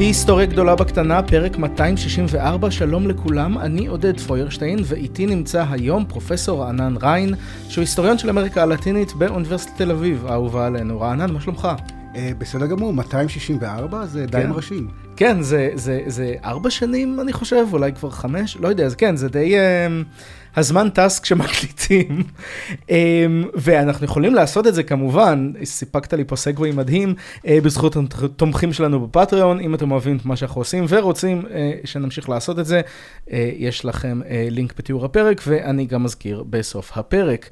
היסטוריה גדולה בקטנה, פרק 264, שלום לכולם, אני עודד פוירשטיין, ואיתי נמצא היום פרופסור רענן ריין, שהוא היסטוריון של אמריקה הלטינית באוניברסיטת תל אביב, האהובה עלינו. רענן, מה שלומך? בסדר גמור, 264 זה די מרשים. כן, זה 4 שנים, אני חושב, אולי כבר 5, לא יודע, כן, זה די הזמן טס כשמקליטים, ואנחנו יכולים לעשות את זה כמובן, סיפקת לי פה סגווי מדהים, בזכות התומכים שלנו בפטריון, אם אתם אוהבים את מה שאנחנו עושים ורוצים שנמשיך לעשות את זה, יש לכם לינק בתיאור הפרק, ואני גם מזכיר בסוף הפרק.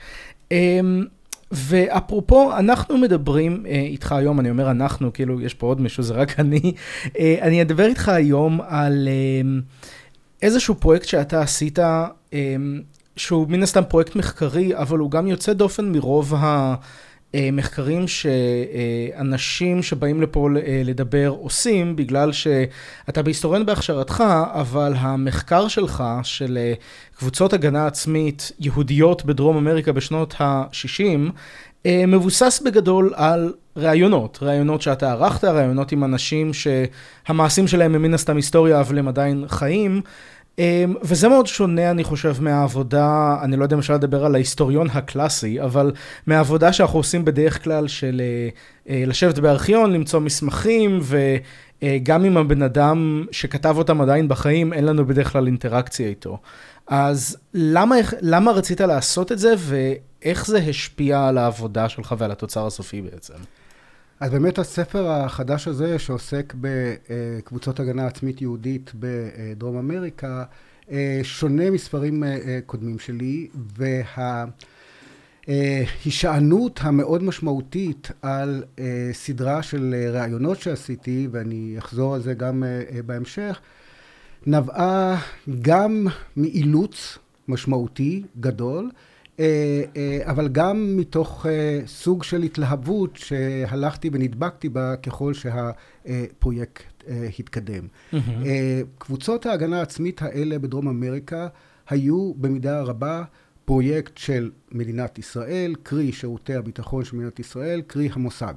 ואפרופו, אנחנו מדברים איתך היום, אני אומר אנחנו, כאילו יש פה עוד מישהו, זה רק אני אדבר איתך היום על איזשהו פרויקט שאתה עשית, שהוא מן הסתם פרויקט מחקרי, אבל הוא גם יוצא דופן מרוב המחקרים שאנשים שבאים לפה לדבר עושים, בגלל שאתה בהיסטוריון בהכשרתך, אבל המחקר שלך של קבוצות הגנה עצמית יהודיות בדרום אמריקה בשנות ה-60, מבוסס בגדול על רעיונות שאתה ערכת, רעיונות עם אנשים שהמעשים שלהם הם מן הסתם היסטוריה, אבל הם עדיין חיים, וזה מאוד שונה, אני חושב, מהעבודה, אני לא יודע אם אפשר לדבר על ההיסטוריון הקלאסי, אבל מהעבודה שאנחנו עושים בדרך כלל של לשבת בארכיון, למצוא מסמכים, וגם עם הבן אדם שכתב אותם עדיין בחיים, אין לנו בדרך כלל אינטראקציה איתו. אז למה רצית לעשות את זה, ואיך זה השפיע על העבודה שלך ועל התוצר הסופי בעצם? אז באמת הספר החדש הזה שעוסק בקבוצות הגנה עצמית יהודית בדרום אמריקה, שונה מספרים קודמים שלי, וההישענות המאוד משמעותית על סדרה של רעיונות שעשיתי, ואני אחזור על זה גם בהמשך, נבעה גם מאילוץ משמעותי גדול, אבל גם מתוך סוג של התלהבות שהלכתי ונדבקתי בה ככל שהפרויקט התקדם. קבוצות ההגנה העצמית האלה בדרום אמריקה היו במידה רבה פרויקט של מדינת ישראל, קרי שירותי הביטחון של מדינת ישראל, קרי המוסד.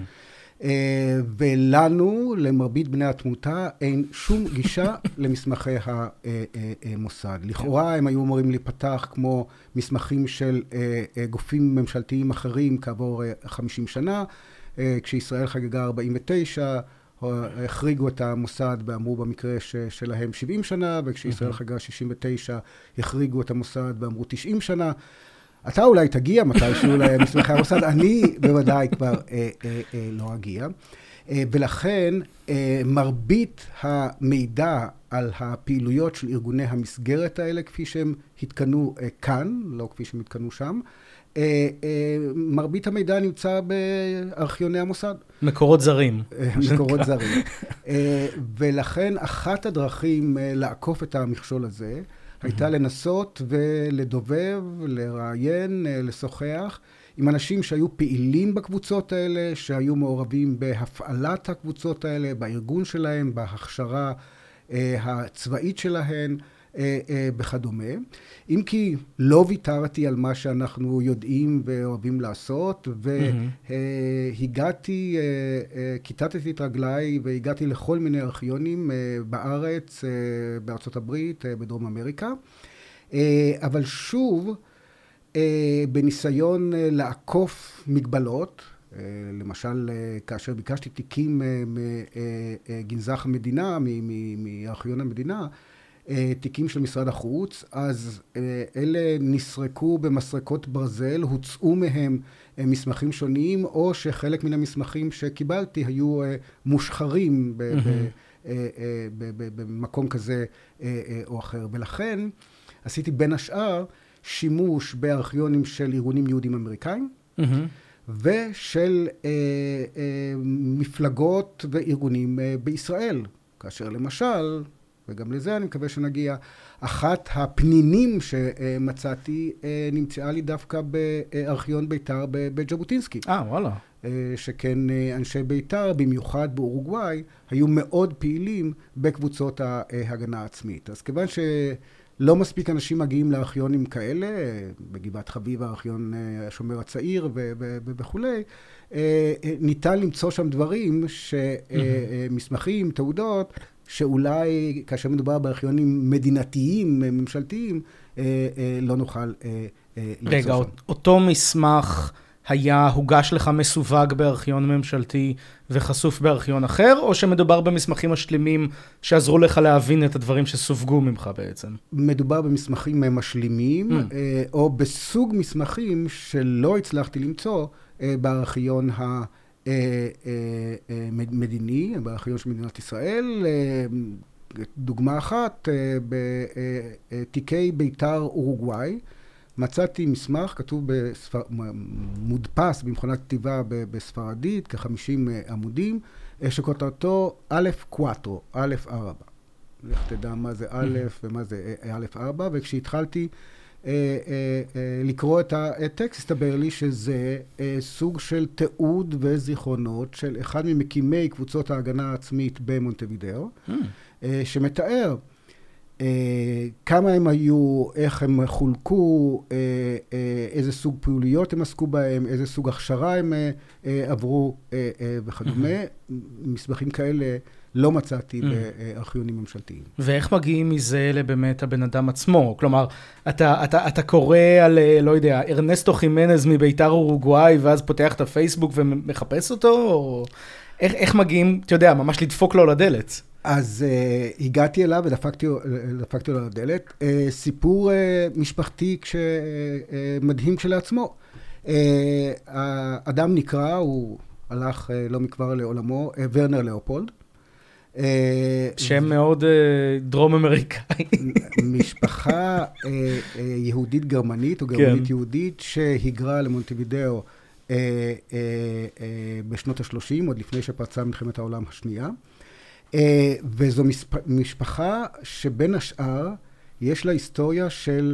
ולנו, למרבית בני התמותה, אין שום גישה למסמכי המוסד. לכאורה הם היו אמורים להיפתח כמו מסמכים של גופים ממשלתיים אחרים כעבור 50 שנה, כשישראל חגגה 49, החריגו את המוסד ואמרו במקרה שלהם 70 שנה, וכשישראל חגגה 69, החריגו את המוסד ואמרו 90 שנה. אתה אולי תגיע מתישהו למסמכי המוסד, אני בוודאי כבר לא אגיע. ולכן מרבית המידע על הפעילויות של ארגוני המסגרת האלה, כפי שהם התקנו כאן, לא כפי שהם התקנו שם, מרבית המידע נמצא בארכיוני המוסד. מקורות זרים. מקורות זרים. ולכן אחת הדרכים לעקוף את המכשול הזה, הייתה לנסות ולדובב, לראיין, לשוחח עם אנשים שהיו פעילים בקבוצות האלה, שהיו מעורבים בהפעלת הקבוצות האלה, בארגון שלהם, בהכשרה הצבאית שלהן וכדומה. אם כי לא ויתרתי על מה שאנחנו יודעים ואוהבים לעשות, והגעתי, כיתתתי את רגליי והגעתי לכל מיני ארכיונים בארץ, בארצות הברית, בדרום אמריקה. אבל שוב, בניסיון לעקוף מגבלות, למשל, כאשר ביקשתי תיקים מגנזך המדינה, מארכיון המדינה, תיקים של משרד החוץ, אז אלה נסרקו במסרקות ברזל, הוצאו מהם מסמכים שונים, או שחלק מן המסמכים שקיבלתי היו מושחרים במקום כזה או אחר. ולכן עשיתי בין השאר שימוש בארכיונים של ארגונים יהודים אמריקאים, ושל מפלגות וארגונים בישראל, כאשר למשל, וגם לזה אני מקווה שנגיע, אחת הפנינים שמצאתי נמצאה לי דווקא בארכיון בית"ר בג'בוטינסקי. וואלה. שכן אנשי בית"ר, במיוחד באורוגוואי, היו מאוד פעילים בקבוצות ההגנה העצמית. אז כיוון לא מספיק אנשים מגיעים לארכיונים כאלה, בגבעת חביבה, הארכיון השומר הצעיר וכולי. ניתן למצוא שם דברים, מסמכים, תעודות, שאולי כאשר מדובר בארכיונים מדינתיים, ממשלתיים, לא נוכל למצוא שם. רגע, אותו מסמך הוגש לך מסווג בארכיון ממשלתי וחשוף בארכיון אחר, או שמדובר במסמכים משלימים שעזרו לך להבין את הדברים שסווגו ממך בעצם? מדובר במסמכים משלימים, או בסוג מסמכים שלא הצלחתי למצוא בארכיון המדיני, בארכיון של מדינת ישראל. דוגמה אחת, בתיקי ביתר אורוגוואי, מצאתי מסמך, כתוב מודפס במכונת כתיבה בספרדית, כ-50 עמודים, שכותרתו א' קואטרו, א' 4. לך תדע מה זה א' ומה זה א' 4, וכשהתחלתי לקרוא את הטקסט, הסתבר לי שזה סוג של תיעוד וזיכרונות של אחד ממקימי קבוצות ההגנה העצמית במונטווידאו, שמתאר כמה הם היו, איך הם חולקו, איזה סוג פעוליות הם עסקו בהם, איזה סוג הכשרה הם עברו וכדומה. מסמכים כאלה לא מצאתי בארכיונים ממשלתיים. ואיך מגיעים מזה לבאמת הבן אדם עצמו? כלומר, אתה קורא על, לא יודע, ארנסטו חימנז מביתר אורוגוואי, ואז פותח את הפייסבוק ומחפש אותו? או איך מגיעים, אתה יודע, ממש לדפוק לו לדלת? אז הגעתי אליו ודפקתי לו לדלת. סיפור משפחתי מדהים כשלעצמו. האדם נקרא, הוא הלך לא מכבר לעולמו, ורנר לאופולד. שם מאוד דרום אמריקאי. משפחה יהודית גרמנית, או גרמנית יהודית, שהיגרה למונטווידאו בשנות ה-30, עוד לפני שפרצה מלחמת העולם השנייה. וזו משפחה שבין השאר יש לה היסטוריה של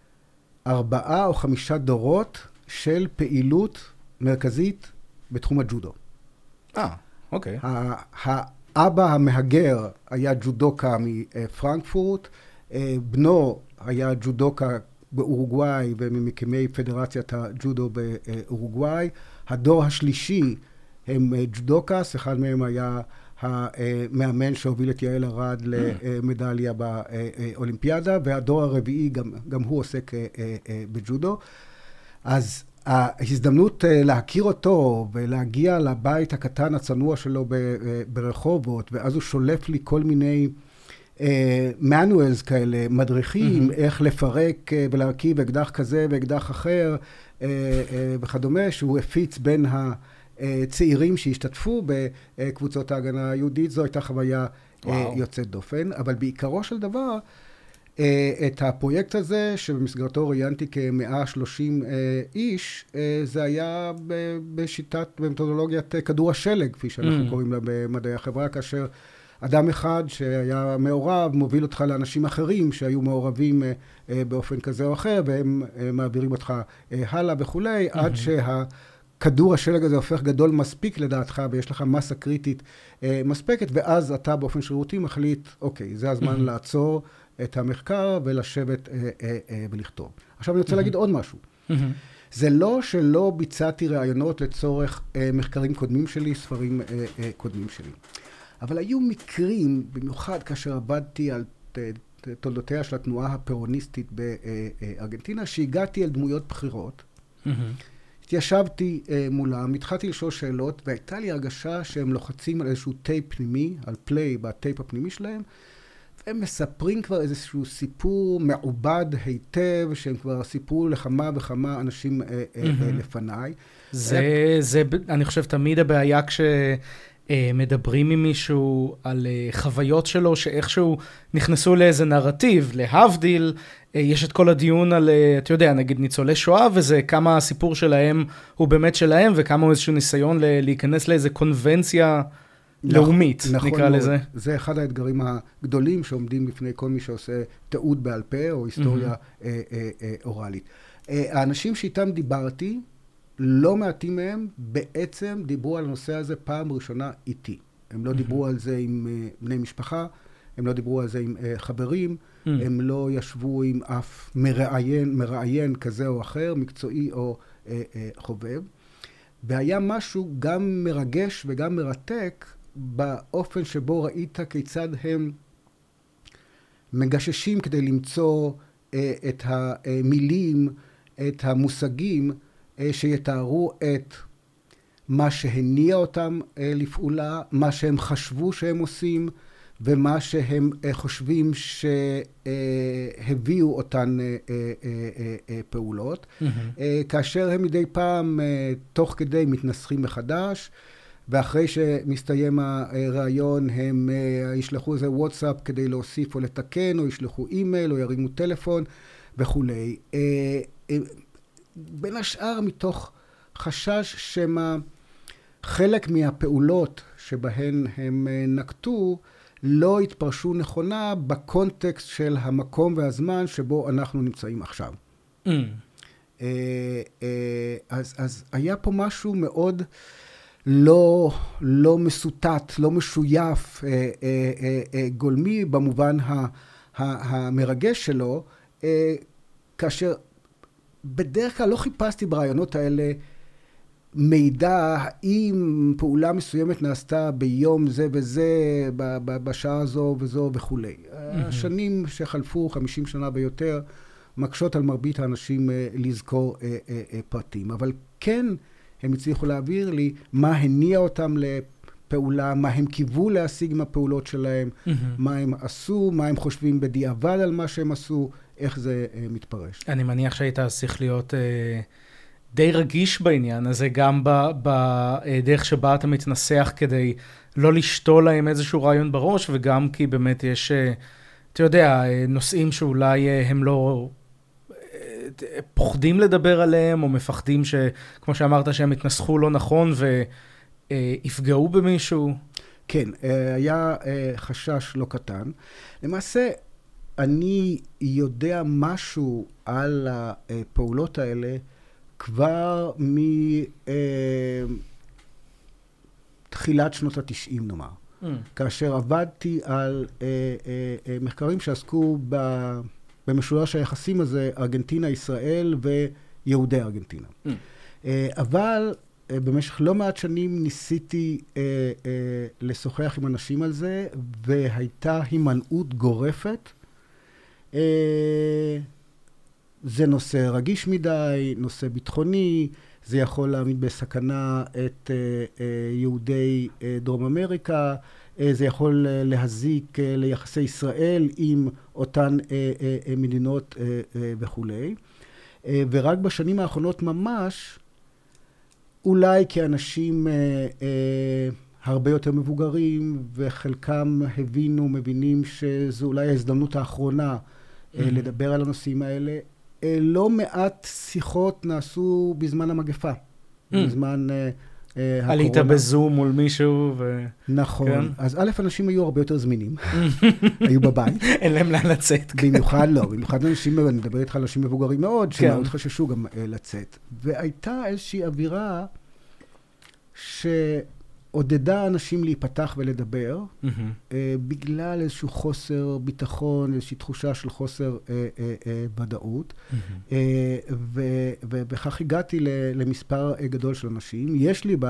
4 או 5 דורות של פעילות מרכזית בתחום הג'ודו. אוקיי. האבא המהגר היה ג'ודוקה מפרנקפורט, בנו היה ג'ודוקה באורוגוואי וממקימי פדרציית הג'ודו באורוגוואי. הדור השלישי הם ג'ודוקס, אחד מהם היה המאמן שהוביל את יעל ארד למדליה באולימפיאדה, והדור הרביעי גם הוא עוסק בג'ודו. אז ההזדמנות להכיר אותו ולהגיע לבית הקטן הצנוע שלו ברחובות, ואז הוא שולף לי כל מיני מנואלס כאלה, מדריכים, איך לפרק ולהרכיב אקדח כזה ואקדח אחר וכדומה, שהוא הפיץ בין הצעירים שהשתתפו בקבוצות ההגנה היהודית. זו הייתה חוויה יוצאת דופן, אבל בעיקרו של דבר, את הפרויקט הזה, שבמסגרתו ראיינתי כ-130 איש, זה היה במתודולוגיית כדור השלג, כפי שאנחנו קוראים לה במדעי החברה, כאשר אדם אחד שהיה מעורב, מוביל אותך לאנשים אחרים שהיו מעורבים באופן כזה או אחר, והם מעבירים אותך הלאה וכולי, עד כדור השלג הזה הופך גדול מספיק לדעתך, ויש לך מסה קריטית מספקת, ואז אתה באופן שרירותי מחליט, אוקיי, זה הזמן לעצור את המחקר ולשבת ולכתוב. עכשיו אני רוצה להגיד עוד משהו. זה לא שלא ביצעתי רעיונות לצורך מחקרים קודמים שלי, ספרים קודמים שלי. אבל היו מקרים, במיוחד כאשר עבדתי על תולדותיה של התנועה הפרוניסטית בארגנטינה, שהגעתי אל דמויות בחירות, התיישבתי מולם, התחלתי לשאול שאלות, והייתה לי הרגשה שהם לוחצים על איזשהו טייפ פנימי, על פליי בטייפ הפנימי שלהם, והם מספרים כבר איזשהו סיפור מעובד היטב, שהם כבר סיפרו לכמה וכמה אנשים לפניי. זה, אני חושב, תמיד הבעיה כשמדברים עם מישהו על חוויות שלו, שאיכשהו נכנסו לאיזה נרטיב, להבדיל, יש את כל הדיון על, אתה יודע, נגיד ניצולי שואה, וזה כמה הסיפור שלהם הוא באמת שלהם, וכמה הוא איזשהו ניסיון להיכנס לאיזה קונבנציה לאומית, נקרא לזה. זה אחד האתגרים הגדולים שעומדים בפני כל מי שעושה תיעוד בעל פה, או היסטוריה אוראלית. האנשים שאיתם דיברתי, לא מעטים מהם בעצם דיברו על הנושא הזה פעם ראשונה איתי. הם לא דיברו על זה עם בני משפחה, הם לא דיברו על זה עם חברים, הם לא ישבו עם אף מראיין כזה או אחר, מקצועי או חובב. והיה משהו גם מרגש וגם מרתק באופן שבו ראית כיצד הם מגששים כדי למצוא את המילים, את המושגים שיתארו את מה שהניע אותם לפעולה, מה שהם חשבו שהם עושים, ומה שהם חושבים שהביאו אותן פעולות. כאשר הם מדי פעם תוך כדי מתנסחים מחדש, ואחרי שמסתיים הרעיון הם ישלחו איזה וואטסאפ כדי להוסיף או לתקן, או ישלחו אימייל, או ירימו טלפון וכולי. בין השאר מתוך חשש שמה חלק מהפעולות שבהן הם נקטו לא התפרשו נכונה בקונטקסט של המקום והזמן שבו אנחנו נמצאים עכשיו. אז היה פה משהו מאוד לא מסוטט, לא משויף, גולמי במובן המרגש שלו, כאשר בדרך כלל לא חיפשתי ברעיונות האלה מידע האם פעולה מסוימת נעשתה ביום זה וזה, בשעה זו וזו וכולי. השנים שחלפו, 50 שנה ויותר, מקשות על מרבית האנשים לזכור פרטים. אבל כן, הם הצליחו להעביר לי מה הניע אותם לפעולה, מה הם קיוו להשיג עם הפעולות שלהם, מה הם עשו, מה הם חושבים בדיעבד על מה שהם עשו, איך זה מתפרש. אני מניח שהיית צריך להיות די רגיש בעניין הזה, גם בדרך שבה אתה מתנסח כדי לא לשתול להם איזשהו רעיון בראש, וגם כי באמת יש, אתה יודע, נושאים שאולי הם לא פוחדים לדבר עליהם, או מפחדים כמו שאמרת, שהם התנסחו לא נכון ויפגעו במישהו. כן, היה חשש לא קטן. למעשה, אני יודע משהו על הפעולות האלה כבר מתחילת שנות ה-90 נאמר. כאשר עבדתי על מחקרים שעסקו במשולש היחסים הזה, ארגנטינה, ישראל ויהודי ארגנטינה. אבל במשך לא מעט שנים ניסיתי לשוחח עם אנשים על זה, והייתה הימנעות גורפת. זה נושא רגיש מדי, נושא ביטחוני, זה יכול להעמיד בסכנה את יהודי דרום אמריקה, זה יכול להזיק ליחסי ישראל עם אותן מדינות וכולי. ורק בשנים האחרונות ממש, אולי כאנשים הרבה יותר מבוגרים, וחלקם מבינים שזו אולי ההזדמנות האחרונה לדבר על הנושאים האלה, לא מעט שיחות נעשו בזמן המגפה, בזמן הקורונה. עלית בזום מול מישהו נכון. אז א', אנשים היו הרבה יותר זמינים, היו בבית. אין להם לאן לצאת. במיוחד לא, במיוחד אנשים, אני מדבר איתך על אנשים מבוגרים מאוד, שמאוד חששו גם לצאת. והייתה איזושהי אווירה שעודדה אנשים להיפתח ולדבר, בגלל איזשהו חוסר ביטחון, איזושהי תחושה של חוסר ודאות, ובכך הגעתי למספר גדול של אנשים. יש לי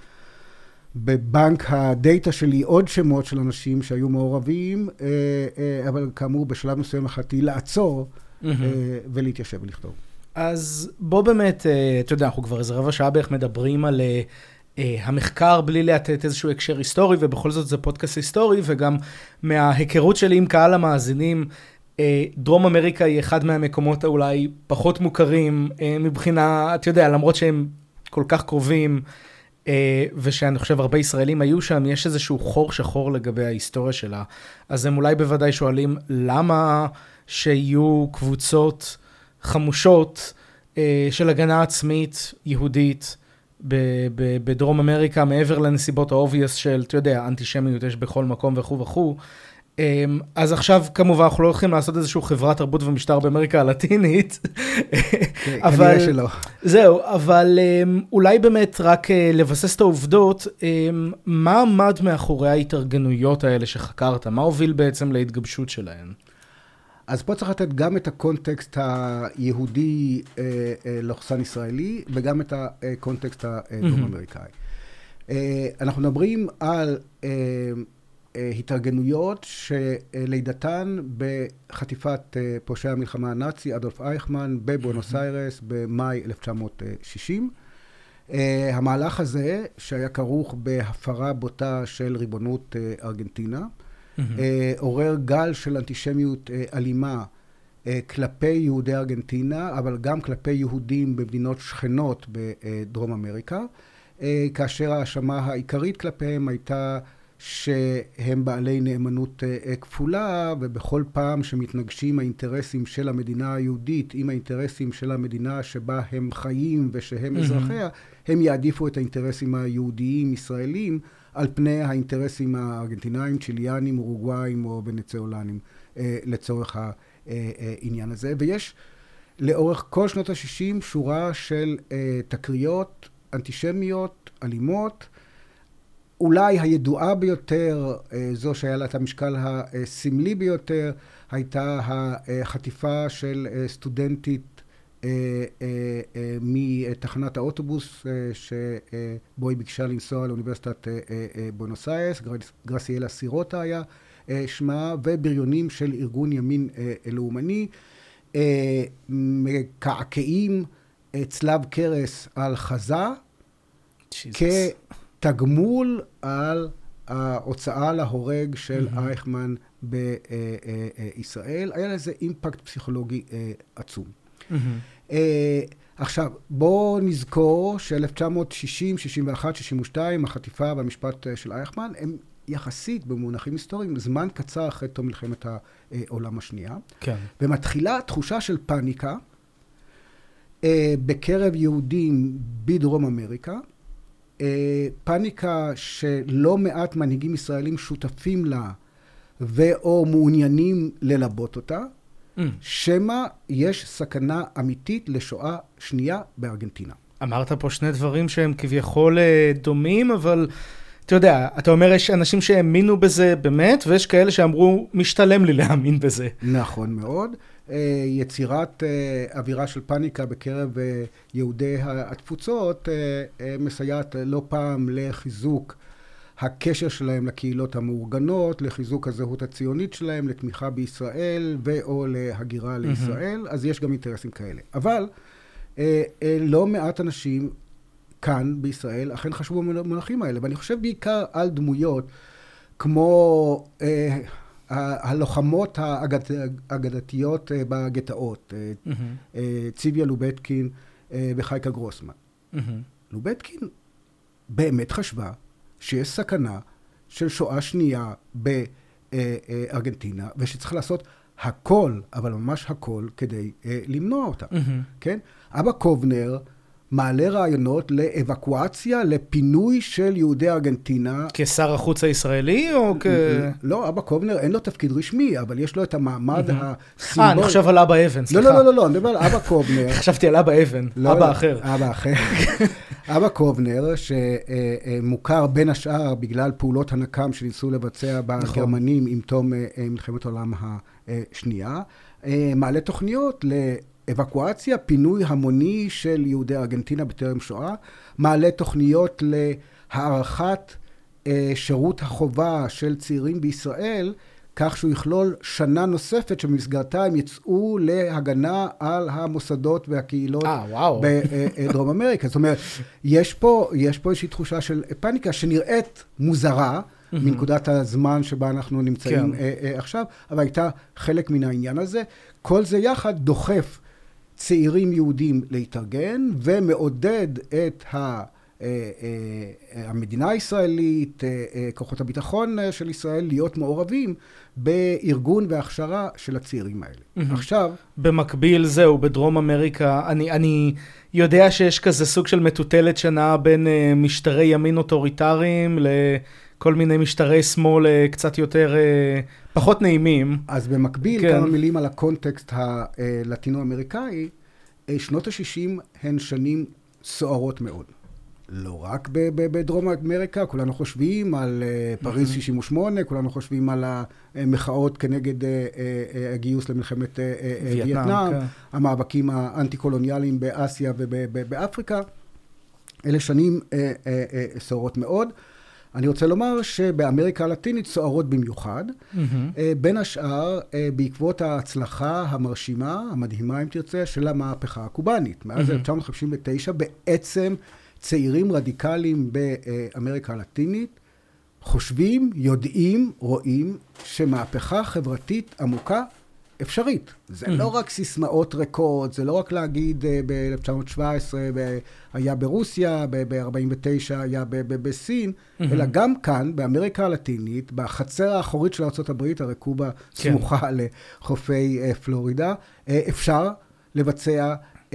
בבנק הדאטה שלי עוד שמות של אנשים שהיו מעורבים, אבל כאמור בשלב מסוים החלטתי לעצור ולהתיישב ולכתוב. אז בוא באמת, אתה יודע, אנחנו כבר איזה רבע שעה בערך מדברים על המחקר בלי לתת איזשהו הקשר היסטורי, ובכל זאת זה פודקאסט היסטורי, וגם מההיכרות שלי עם קהל המאזינים, דרום אמריקה היא אחד מהמקומות אולי פחות מוכרים מבחינה, אתה יודע, למרות שהם כל כך קרובים, ושאני חושב הרבה ישראלים היו שם, יש איזשהו חור שחור לגבי ההיסטוריה שלה. אז הם אולי בוודאי שואלים, למה שיהיו קבוצות חמושות של הגנה עצמית יהודית בדרום אמריקה, מעבר לנסיבות האובייס של, אתה יודע, אנטישמיות יש בכל מקום וכו' וכו'. אז עכשיו כמובן אנחנו לא הולכים לעשות איזשהו חברת תרבות ומשטר באמריקה הלטינית. כנראה שלא. זהו, אבל אולי באמת רק לבסס את העובדות, מה עמד מאחורי ההתארגנויות האלה שחקרת? מה הוביל בעצם להתגבשות שלהן? אז פה צריך לתת גם את הקונטקסט היהודי לוחסן ישראלי, וגם את הקונטקסט הדרום אמריקאי. אנחנו מדברים על התארגנויות שלידתן בחטיפת פושעי המלחמה הנאצי, אדולף אייכמן, בבואנוס איירס, במאי 1960. המהלך הזה, שהיה כרוך בהפרה בוטה של ריבונות ארגנטינה, עורר גל של אנטישמיות אלימה כלפי יהודי ארגנטינה, אבל גם כלפי יהודים במדינות שכנות בדרום אמריקה, כאשר ההאשמה העיקרית כלפיהם הייתה שהם בעלי נאמנות כפולה, ובכל פעם שמתנגשים האינטרסים של המדינה היהודית עם האינטרסים של המדינה שבה הם חיים ושהם אזרחיה, הם יעדיפו את האינטרסים היהודיים ישראלים על פני האינטרסים הארגנטינאים, צ'יליאנים, אורוגוואים או ונצואלנים לצורך העניין הזה. ויש לאורך כל שנות ה-60 שורה של תקריות אנטישמיות, אלימות. אולי הידועה ביותר, זו שהיה לה את המשקל הסמלי ביותר, הייתה החטיפה של סטודנטית מתחנת האוטובוס שבו היא ביקשה לנסוע לאוניברסיטת בואנוס איירס, גרסיאלה סירוטה היה שמה, ובריונים של ארגון ימין לאומני, מקעקעים צלב קרס על חזה, כתגמול על ההוצאה להורג של אייכמן בישראל. היה לזה אימפקט פסיכולוגי עצום. עכשיו, בואו נזכור ש-1960, 61, 62, החטיפה והמשפט של אייכמן, הם יחסית במונחים היסטוריים, זמן קצר אחרי תום מלחמת העולם השנייה. כן. ומתחילה תחושה של פאניקה בקרב יהודים בדרום אמריקה, פאניקה שלא מעט מנהיגים ישראלים שותפים לה ואו מעוניינים ללבות אותה, שמה יש סכנה אמיתית לשואה שנייה בארגנטינה. אמרת פה שני דברים שהם כביכול דומים, אבל אתה יודע, אתה אומר יש אנשים שהאמינו בזה באמת, ויש כאלה שאמרו משתלם לי להאמין בזה. נכון מאוד. יצירת אווירה של פאניקה בקרב יהודי התפוצות מסייעת לא פעם לחיזוק הקשר שלהם לקהילות המאורגנות, לחיזוק הזהות הציונית שלהם, לתמיכה בישראל ואו להגירה לישראל, אז יש גם אינטרסים כאלה. אבל לא מעט אנשים כאן בישראל אכן חשבו במונחים האלה, ואני חושב בעיקר על דמויות כמו הלוחמות האגדתיות בגטאות, ציוויה לובטקין וחייקה גרוסמן. לובטקין באמת חשבה שיש סכנה של שואה שנייה בארגנטינה, ושצריך לעשות הכל, אבל ממש הכל, כדי למנוע אותה. כן? אבא קובנר מעלה רעיונות לאבקואציה, לפינוי של יהודי ארגנטינה. כשר החוץ הישראלי או לא, אבא קובנר אין לו תפקיד רשמי, אבל יש לו את המעמד הסימבולי. אני חושב על אבא אבן, סליחה. לא, אני מדבר על אבא קובנר. חשבתי על אבא אבן, אבא אחר. אבא אחר. אבא קובנר, שמוכר בין השאר בגלל פעולות הנקם שניסו לבצע בגרמנים עם תום מלחמת העולם השנייה, מעלה תוכניות אבקואציה, פינוי המוני של יהודי ארגנטינה בטרם שואה, מעלה תוכניות להארכת שירות החובה של צעירים בישראל, כך שהוא יכלול שנה נוספת שבמסגרתה הם יצאו להגנה על המוסדות והקהילות בדרום אמריקה. זאת אומרת, יש פה איזושהי תחושה של פאניקה שנראית מוזרה, מנקודת הזמן שבה אנחנו נמצאים עכשיו, אבל הייתה חלק מן העניין הזה. כל זה יחד דוחף צעירים יהודים להתארגן, ומעודד את המדינה הישראלית, כוחות הביטחון של ישראל, להיות מעורבים בארגון והכשרה של הצעירים האלה. עכשיו, במקביל זהו, בדרום אמריקה, אני יודע שיש כזה סוג של מטוטלת שנעה בין משטרי ימין אוטוריטריים כל מיני משטרי שמאל קצת יותר, פחות נעימים. אז במקביל, כמה מילים על הקונטקסט הלטינו-אמריקאי, שנות ה-60 הן שנים סוערות מאוד. לא רק בדרום אמריקה, כולנו חושבים על פריז 68, כולנו חושבים על המחאות כנגד הגיוס למלחמת וייטנאם, המאבקים האנטי-קולוניאליים באסיה ובאפריקה. אלה שנים סוערות מאוד. אני רוצה לומר שבאמריקה הלטינית סוערות במיוחד, בין השאר בעקבות ההצלחה המרשימה, המדהימה אם תרצה, של המהפכה הקובנית. מאז 1959 בעצם צעירים רדיקליים באמריקה הלטינית חושבים, יודעים, רואים שמהפכה חברתית עמוקה אפשרית. זה לא רק סיסמאות ריקות, זה לא רק להגיד ב-1917 היה ברוסיה, ב-49 היה בסין, אלא גם כאן, באמריקה הלטינית, בחצר האחורית של ארצות הברית, הרי קובה סמוכה לחופי פלורידה, אפשר לבצע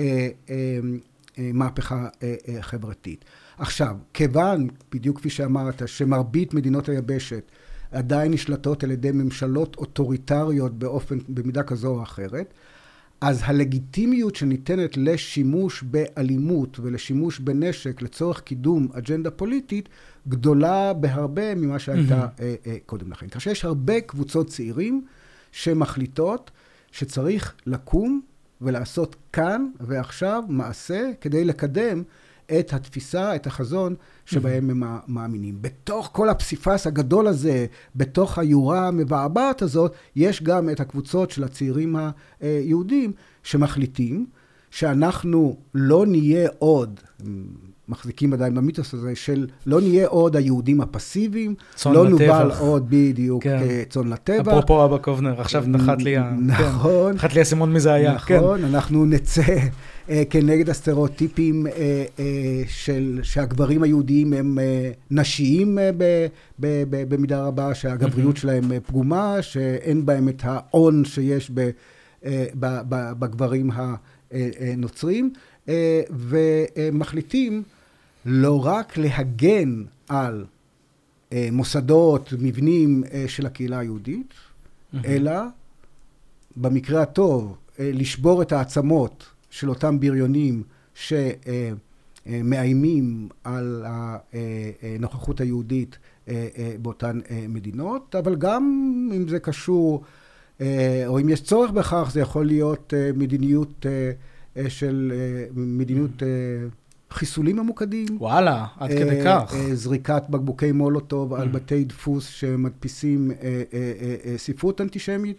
מהפכה חברתית. עכשיו, כיוון, בדיוק כפי שאמרת, שמרבית מדינות היבשת עדיין נשלטות על ידי ממשלות אוטוריטריות במידה כזו או אחרת, אז הלגיטימיות שניתנת לשימוש באלימות ולשימוש בנשק לצורך קידום אג'נדה פוליטית, גדולה בהרבה ממה שהייתה קודם לכן. כאשר יש הרבה קבוצות צעירים שמחליטות שצריך לקום ולעשות כאן ועכשיו מעשה כדי לקדם את התפיסה, את החזון שבהם הם מאמינים. בתוך כל הפסיפס הגדול הזה, בתוך היורה המבעבעת הזאת, יש גם את הקבוצות של הצעירים היהודים שמחליטים שאנחנו לא נהיה עוד, מחזיקים עדיין במיתוס הזה, של לא נהיה עוד היהודים הפסיביים, לא נובל עוד בדיוק כצאן לטבח. אפרופו אבא קובנר, עכשיו נחת לי הסימון מזה היה. נכון, אנחנו נצא כנגד הסטריאוטיפים שהגברים היהודים הם נשיים במידה רבה, שהגבריות שלהם פגומה, שאין בהם את ההון שיש בגברים הנוצרים, ומחליטים לא רק להגן על מוסדות, מבנים של הקהילה היהודית, אלא במקרה הטוב לשבור את העצמות של אותם בריונים שמאיימים על הנוכחות היהודית באותן מדינות, אבל גם אם זה קשור, או אם יש צורך בכך, זה יכול להיות מדיניות של מדיניות חיסולים ממוקדים. וואלה, עד כדי כך. זריקת בקבוקי מולוטוב על בתי דפוס שמדפיסים ספרות אנטישמית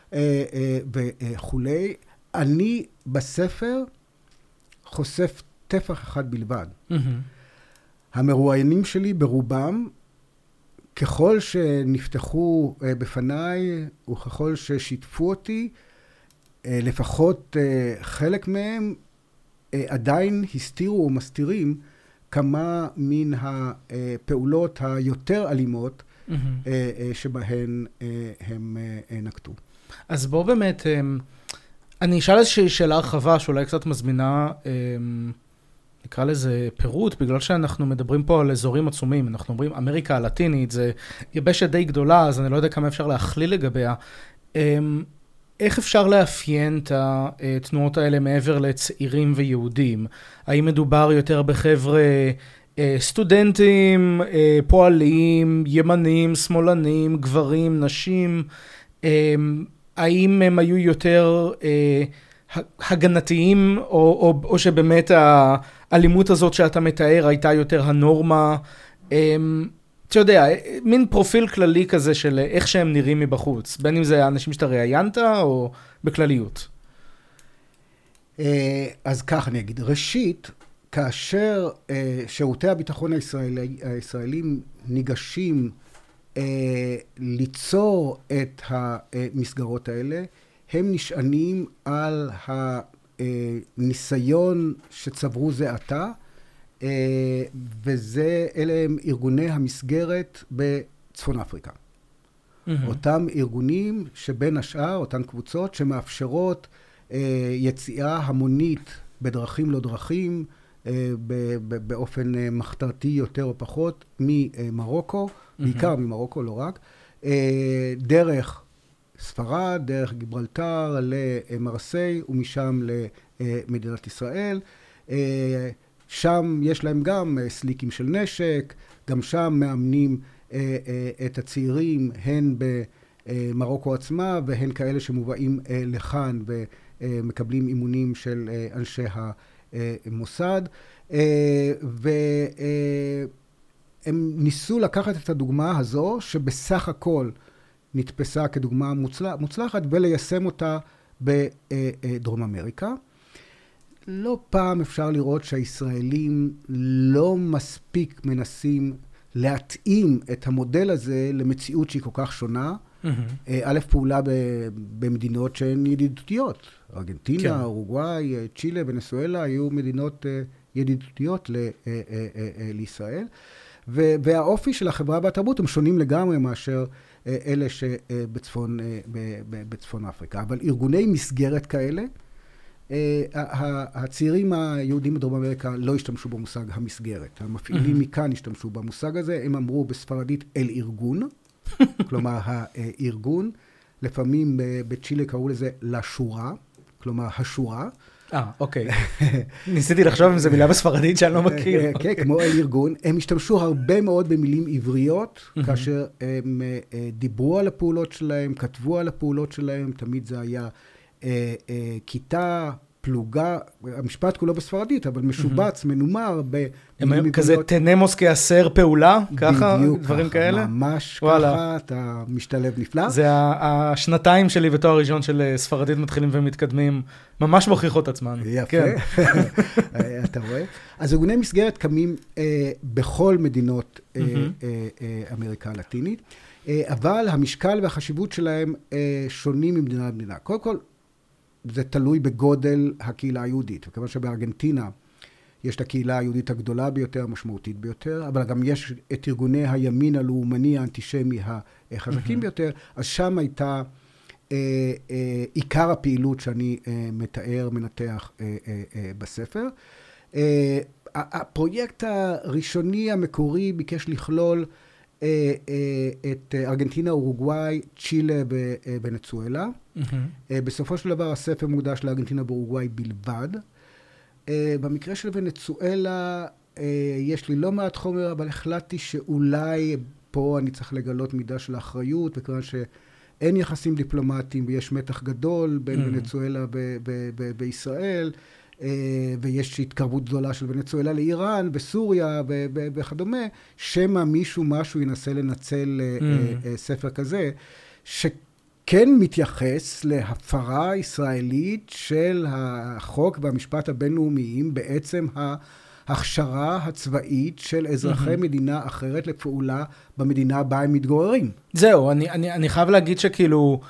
וכולי. אני בספר חושף טפח אחד בלבד. המרואיינים שלי ברובם, ככל שנפתחו בפניי וככל ששיתפו אותי, לפחות חלק מהם עדיין הסתירו או מסתירים כמה מן הפעולות היותר אלימות שבהן הם נקטו. אז בוא באמת, אני אשאל איזושהי שאלה הרחבה שאולי קצת מזמינה, נקרא לזה פירוט, בגלל שאנחנו מדברים פה על אזורים עצומים, אנחנו אומרים אמריקה הלטינית, זה יבשת די גדולה, אז אני לא יודע כמה אפשר להכליל לגביה. איך אפשר לאפיין את התנועות האלה מעבר לצעירים ויהודים? האם מדובר יותר בחבר'ה סטודנטים, פועלים, ימנים, שמאלנים, גברים, נשים? האם הם היו יותר הגנתיים, או שבאמת האלימות הזאת שאתה מתאר הייתה יותר הנורמה? אתה יודע, מין פרופיל כללי כזה של איך שהם נראים מבחוץ, בין אם זה האנשים שאתה ראיינת או בכלליות. אז כך אני אגיד. ראשית, כאשר שירותי הביטחון הישראלים ניגשים ליצור את המסגרות האלה, הם נשענים על הניסיון שצברו זה עתה, אלה הם ארגוני המסגרת בצפון אפריקה. אותם ארגונים שבין השאר, אותן קבוצות שמאפשרות יציאה המונית בדרכים לא דרכים, באופן מחתרתי יותר או פחות, ממרוקו בעיקר ממרוקו, לא רק, דרך ספרד, דרך גיברלטר למרסיי, ומשם למדינת ישראל. שם יש להם גם סליקים של נשק, גם שם מאמנים את הצעירים, הן במרוקו עצמה, והן כאלה שמובאים לכאן ומקבלים אימונים של אנשי המוסד. והם ניסו לקחת את הדוגמה הזו, שבסך הכל נתפסה כדוגמה מוצלחת, וליישם אותה בדרום אמריקה. לא פעם אפשר לראות שהישראלים לא מספיק מנסים להתאים את המודל הזה למציאות שהיא כל כך שונה. א', פעולה במדינות שהן ידידותיות. ארגנטינה, אורוגוואי, צ'ילה, ונסואלה היו מדינות ידידותיות לישראל. והאופי של החברה והתרבות הם שונים לגמרי מאשר אלה שבצפון אפריקה. אבל ארגוני מסגרת כאלה, הצעירים היהודים בדרום אמריקה לא השתמשו במושג המסגרת. המפעילים מכאן השתמשו במושג הזה. הם אמרו בספרדית אל ארגון, כלומר הארגון. לפעמים בצ'ילה קראו לזה לשורה, כלומר השורה. אוקיי. ניסיתי לחשוב אם זו מילה בספרדית שאני לא מכיר. כן, כמו אל ארגון. הם השתמשו הרבה מאוד במילים עבריות, כאשר הם דיברו על הפעולות שלהם, כתבו על הפעולות שלהם, תמיד זה היה כיתה, פלוגה, המשפט כולו בספרדית, אבל משובץ, מנומר הם כזה תנמוס כעשר פעולה, ככה, דברים כאלה? ממש ככה, אתה משתלב נפלא. זה השנתיים שלי בתואר ראשון של ספרדית מתחילים ומתקדמים, ממש מוכיחות עצמן. יפה, אתה רואה? אז ארגוני מסגרת קמים בכל מדינות אמריקה הלטינית, אבל המשקל והחשיבות שלהם שונים ממדינה למדינה. קודם כל, זה תלוי בגודל הקהילה היהודית, וכיוון שבארגנטינה יש את הקהילה היהודית הגדולה ביותר, המשמעותית ביותר, אבל גם יש את ארגוני הימין הלאומני האנטישמי החזקים ביותר, אז שם הייתה עיקר הפעילות שאני מתאר, מנתח בספר. הפרויקט הראשוני המקורי ביקש לכלול את ארגנטינה, אורוגוואי, צ'ילה וונצואלה. בסופו של דבר הספר מוקדש לארגנטינה ואורוגוואי בלבד. במקרה של ונצואלה יש לי לא מעט חומר, אבל החלטתי שאולי פה אני צריך לגלות מידה של אחריות, וכיוון שאין יחסים דיפלומטיים ויש מתח גדול בין ונצואלה וישראל, ויש התקרבות גדולה של ונצואלה לאיראן וסוריה וכדומה, שמה משהו ינסה לנצל ספר כזה, שכן מתייחס להפרה ישראלית של החוק והמשפט הבינלאומיים, בעצם ההכשרה הצבאית של אזרחי מדינה אחרת לפעולה במדינה בה הם מתגוררים. זהו, אני חייב להגיד שכאילו,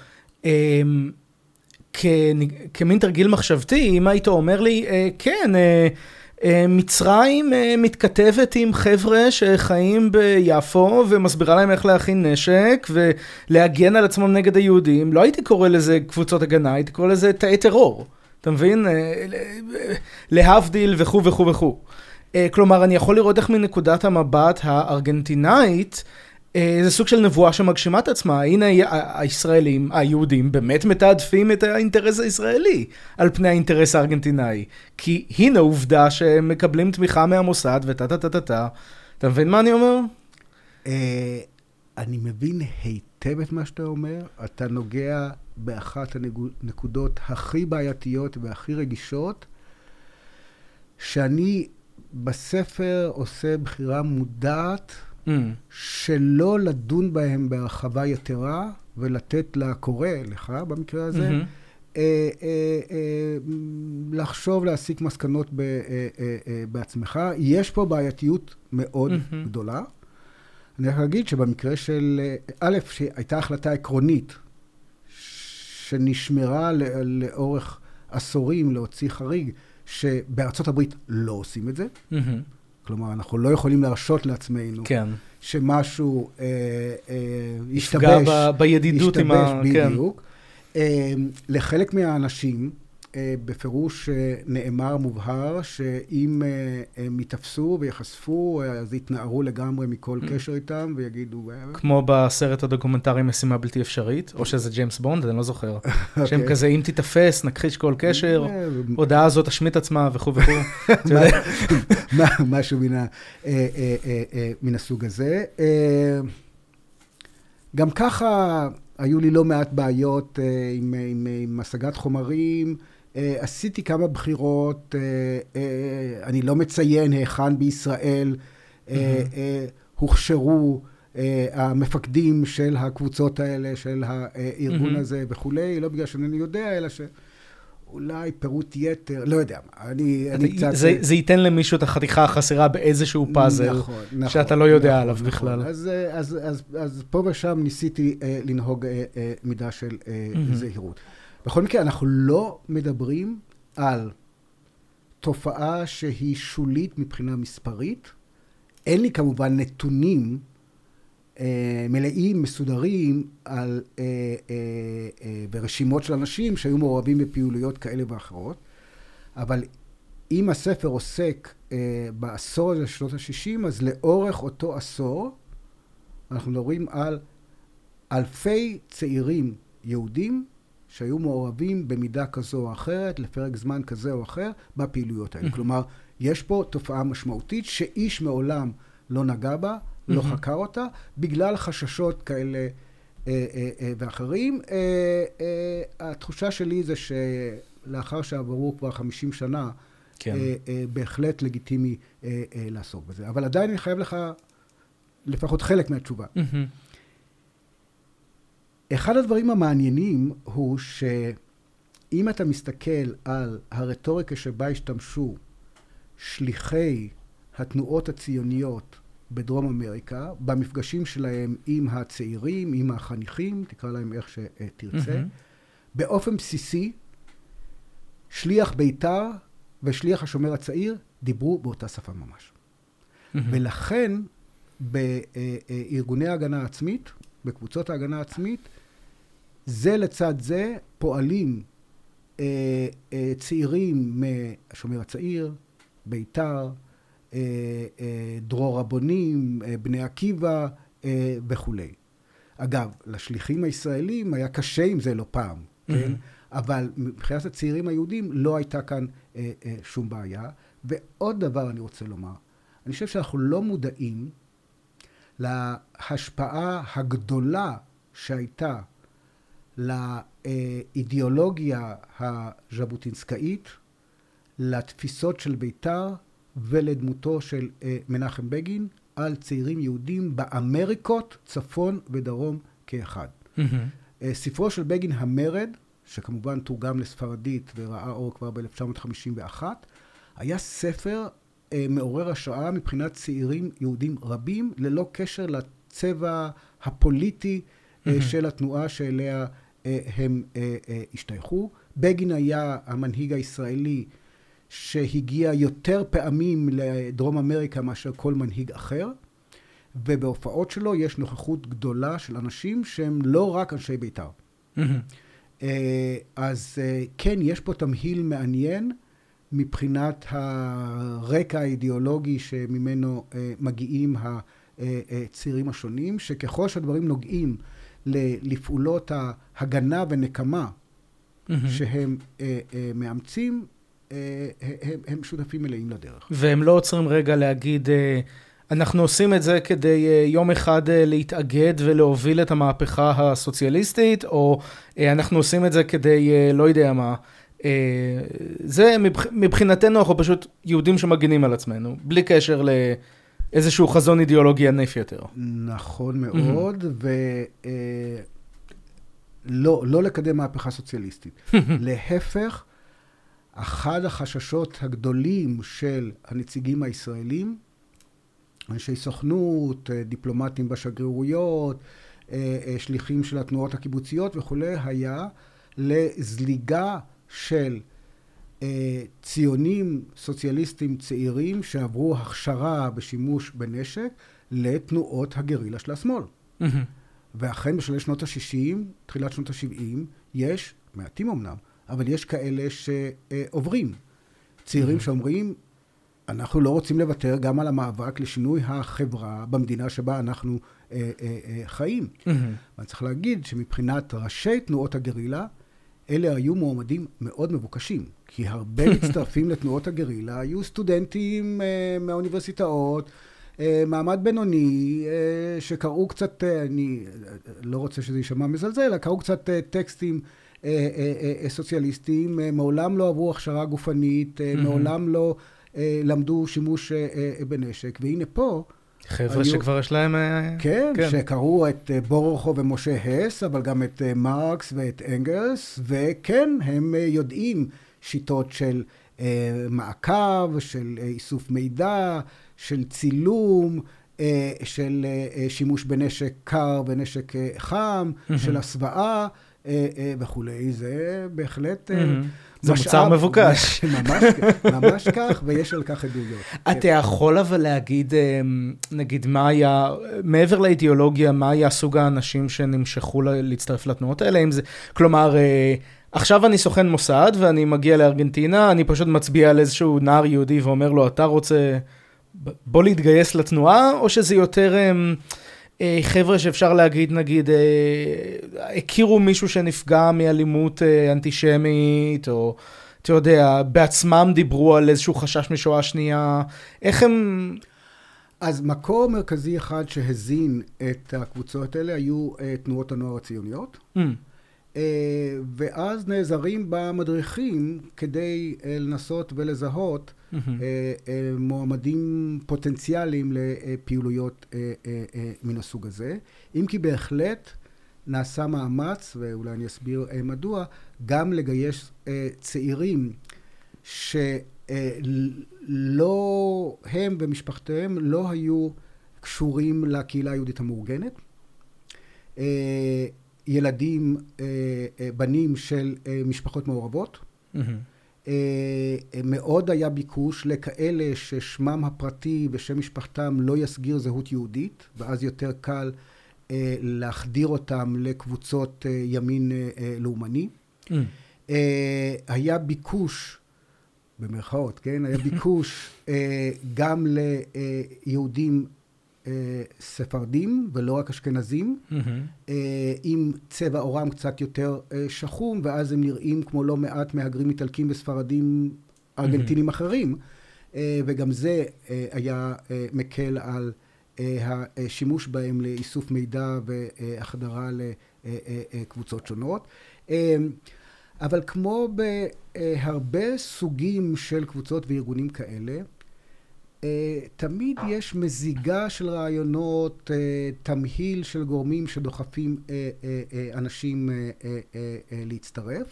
כמין תרגיל מחשבתי, אם היית אומר לי, כן, מצרים מתכתבת עם חבר'ה שחיים ביפו ומסבירה להם איך להכין נשק ולהגן על עצמם נגד היהודים, לא הייתי קורא לזה קבוצות הגנה, הייתי קורא לזה תאי טרור, אתה מבין? להבדיל וכו' וכו' וכו'. כלומר, אני יכול לראות איך מנקודת המבט הארגנטינאית, זה סוג של נבואה שמגשימה את עצמה. הנה הישראלים, היהודים, באמת מתעדפים את האינטרס הישראלי על פני האינטרס הארגנטינאי. כי הנה עובדה שהם מקבלים תמיכה מהמוסד וטה. אתה מבין מה אני אומר? אני מבין היטב את מה שאתה אומר. אתה נוגע באחת הנקודות הכי בעייתיות והכי רגישות, שאני בספר עושה בחירה מודעת, שלא לדון בהם בהרחבה יתרה, ולתת לקורא, לך במקרה הזה, לחשוב, להסיק מסקנות בעצמך. יש פה בעייתיות מאוד גדולה. אני יכול להגיד שבמקרה של א', שהייתה החלטה עקרונית, שנשמרה לאורך עשורים להוציא חריג, שבארצות הברית לא עושים את זה. כלומר, אנחנו לא יכולים להרשות לעצמנו שמשהו יפגע בידידות עם בדיוק. לחלק מהאנשים, בפירוש נאמר מובהר שאם הם יתפסו ויחשפו, אז יתנערו לגמרי מכל קשר איתם ויגידו... כמו בסרט הדוקומנטרי משימה בלתי אפשרית, או שזה ג'יימס בונד, אני לא זוכר. שהם כזה, אם תתפס, נכחיש כל קשר, הודעה הזאת תשמיט עצמה וכו' וכו'. משהו מן הסוג הזה. גם ככה היו לי לא מעט בעיות עם השגת חומרים, עשיתי כמה בחירות, אני לא מציין היכן בישראל הוכשרו המפקדים של הקבוצות האלה, של הארגון הזה וכולי, לא בגלל שאני יודע, אלא שאולי פירוט יתר, לא יודע מה, אני קצת... זה ייתן למישהו את החתיכה החסרה באיזשהו פאזל, שאתה לא יודע עליו בכלל. אז פה ושם ניסיתי לנהוג מידה של זהירות. בכל מקרה, אנחנו לא מדברים על תופעה שהיא שולית מבחינה מספרית. אין לי כמובן נתונים מלאים, מסודרים, ברשימות של אנשים שהיו מעורבים בפעילויות כאלה ואחרות. אבל אם הספר עוסק בעשור הזה של שנות ה-60, אז לאורך אותו עשור, אנחנו מדברים על אלפי צעירים יהודים, שהיו מעורבים במידה כזו או אחרת, לפרק זמן כזה או אחר, בפעילויות האלה. כלומר, יש פה תופעה משמעותית שאיש מעולם לא נגע בה, לא חקר אותה, בגלל חששות כאלה ואחרים. התחושה שלי זה שלאחר שעברו כבר 50 שנה, בהחלט לגיטימי לעסוק בזה. אבל עדיין אני חייב לך לפחות חלק מהתשובה. אחד הדברים המעניינים הוא שאם אתה מסתכל על הרטוריקה שבה השתמשו שליחי התנועות הציוניות בדרום אמריקה, במפגשים שלהם עם הצעירים, עם החניכים, תקרא להם איך שתרצה, באופן בסיסי, שליח בית"ר ושליח השומר הצעיר דיברו באותה שפה ממש. ולכן בארגוני ההגנה העצמית, בקבוצות ההגנה העצמית, זה לצד זה פועלים צעירים מהשומר הצעיר, בית"ר, דרור רבונים, בני עקיבא וכו'. אגב, לשליחים הישראלים היה קשה עם זה לא פעם, כן? אבל מבחינת הצעירים היהודים לא הייתה כאן שום בעיה. ועוד דבר אני רוצה לומר, אני חושב שאנחנו לא מודעים להשפעה הגדולה שהייתה לאידיאולוגיה הז'בוטינסקאית, לתפיסות של בית"ר ולדמותו של מנחם בגין על צעירים יהודים באמריקות, צפון ודרום כאחד. ספרו של בגין המרד, שכמובן תורגם לספרדית וראה אור כבר ב-1951, היה ספר מעורר השראה מבחינת צעירים יהודים רבים, ללא קשר לצבע הפוליטי של התנועה שאליה הם השתייכו. בגין היה המנהיג הישראלי שהגיע יותר פעמים לדרום אמריקה מאשר כל מנהיג אחר, ובהופעות שלו יש נוכחות גדולה של אנשים שהם לא רק אנשי בית"ר. אז כן, יש פה תמהיל מעניין מבחינת הרקע האידיאולוגי שממנו מגיעים הצעירים השונים, שככל שהדברים נוגעים לפעולות ההגנה ונקמה שהם מאמצים, הם שותפים מלאים לדרך. והם לא עוצרים רגע להגיד, אנחנו עושים את זה כדי יום אחד להתאגד ולהוביל את המהפכה הסוציאליסטית, או אנחנו עושים את זה כדי לא יודע מה. זה מבחינתנו אנחנו פשוט יהודים שמגינים על עצמנו, בלי קשר לאיזשהו חזון אידיאולוגי ענף יותר. נכון מאוד, ולא לקדם מהפכה סוציאליסטית. להפך, אחד החששות הגדולים של הנציגים הישראלים, אנשי סוכנות, דיפלומטים בשגרירויות, שליחים של התנועות הקיבוציות וכו', היה לזליגה של ציונים סוציאליסטים צעירים שעברו הכשרה בשימוש בנשק לתנועות הגרילה של השמאל. ואכן בשלהי שנות ה-60, תחילת שנות ה-70, יש, מעטים אמנם, אבל יש כאלה שעוברים. צעירים שאומרים, אנחנו לא רוצים לוותר גם על המאבק לשינוי החברה במדינה שבה אנחנו חיים. ואני צריך להגיד שמבחינת ראשי תנועות הגרילה, אלה היו מועמדים מאוד מבוקשים, כי הרבה מצטרפים לתנועות הגרילה, היו סטודנטים מהאוניברסיטאות, מעמד בינוני, שקראו קצת, אני לא רוצה שזה יישמע מזלזל, אלא קראו קצת טקסטים סוציאליסטיים, מעולם לא עברו הכשרה גופנית, מעולם לא למדו שימוש בנשק, והנה פה... חבר'ה שכבר יש להם... כן, שקראו את בורוכוב ומשה הס, אבל גם את מרקס ואת אנגלס, וכן, הם יודעים שיטות של מעקב, של איסוף מידע, של צילום, של שימוש בנשק קר ונשק חם, של הסוואה וכולי. זה בהחלט... זה מוצר מבוקש. ממש כך, ויש על כך עדויות. אתה יכול אבל להגיד, נגיד, מה היה, מעבר לאידיאולוגיה, מה היה סוג האנשים שנמשכו להצטרף לתנועות האלה? כלומר, עכשיו אני סוכן מוסד, ואני מגיע לארגנטינה, אני פשוט מצביע על איזשהו נער יהודי, ואומר לו, אתה רוצה, בוא להתגייס לתנועה, או שזה יותר... חבר'ה שאפשר להגיד, נגיד, הכירו מישהו שנפגע מאלימות אנטישמית, או, אתה יודע, בעצמם דיברו על איזשהו חשש משואה שנייה. איך הם... אז מקור מרכזי אחד שהזין את הקבוצות האלה היו תנועות הנוער הציוניות. ואז נעזרים במדריכים כדי לנסות ולזהות מועמדים פוטנציאליים לפעילויות מן הסוג הזה. אם כי בהחלט נעשה מאמץ, ואולי אני אסביר מדוע, גם לגייס צעירים שלא, הם ומשפחתיהם לא היו קשורים לקהילה היהודית המאורגנת. ילדים, בנים של משפחות מעורבות. מאוד היה ביקוש לכאלה ששמם הפרטי ושם משפחתם לא יסגיר זהות יהודית, ואז יותר קל להחדיר אותם לקבוצות ימין לאומני. היה ביקוש, במרכאות, כן? היה ביקוש גם ליהודים ספרדים ולא רק אשכנזים, עם צבע עורם קצת יותר שחום, ואז הם נראים כמו לא מעט מהגרים איטלקים וספרדים ארגנטינים אחרים, וגם זה היה מקל על השימוש בהם לאיסוף מידע והחדרה לקבוצות שונות. אבל כמו בהרבה סוגים של קבוצות וארגונים כאלה, תמיד יש מזיגה של רעיונות, תמהיל של גורמים שדוחפים אנשים להצטרף.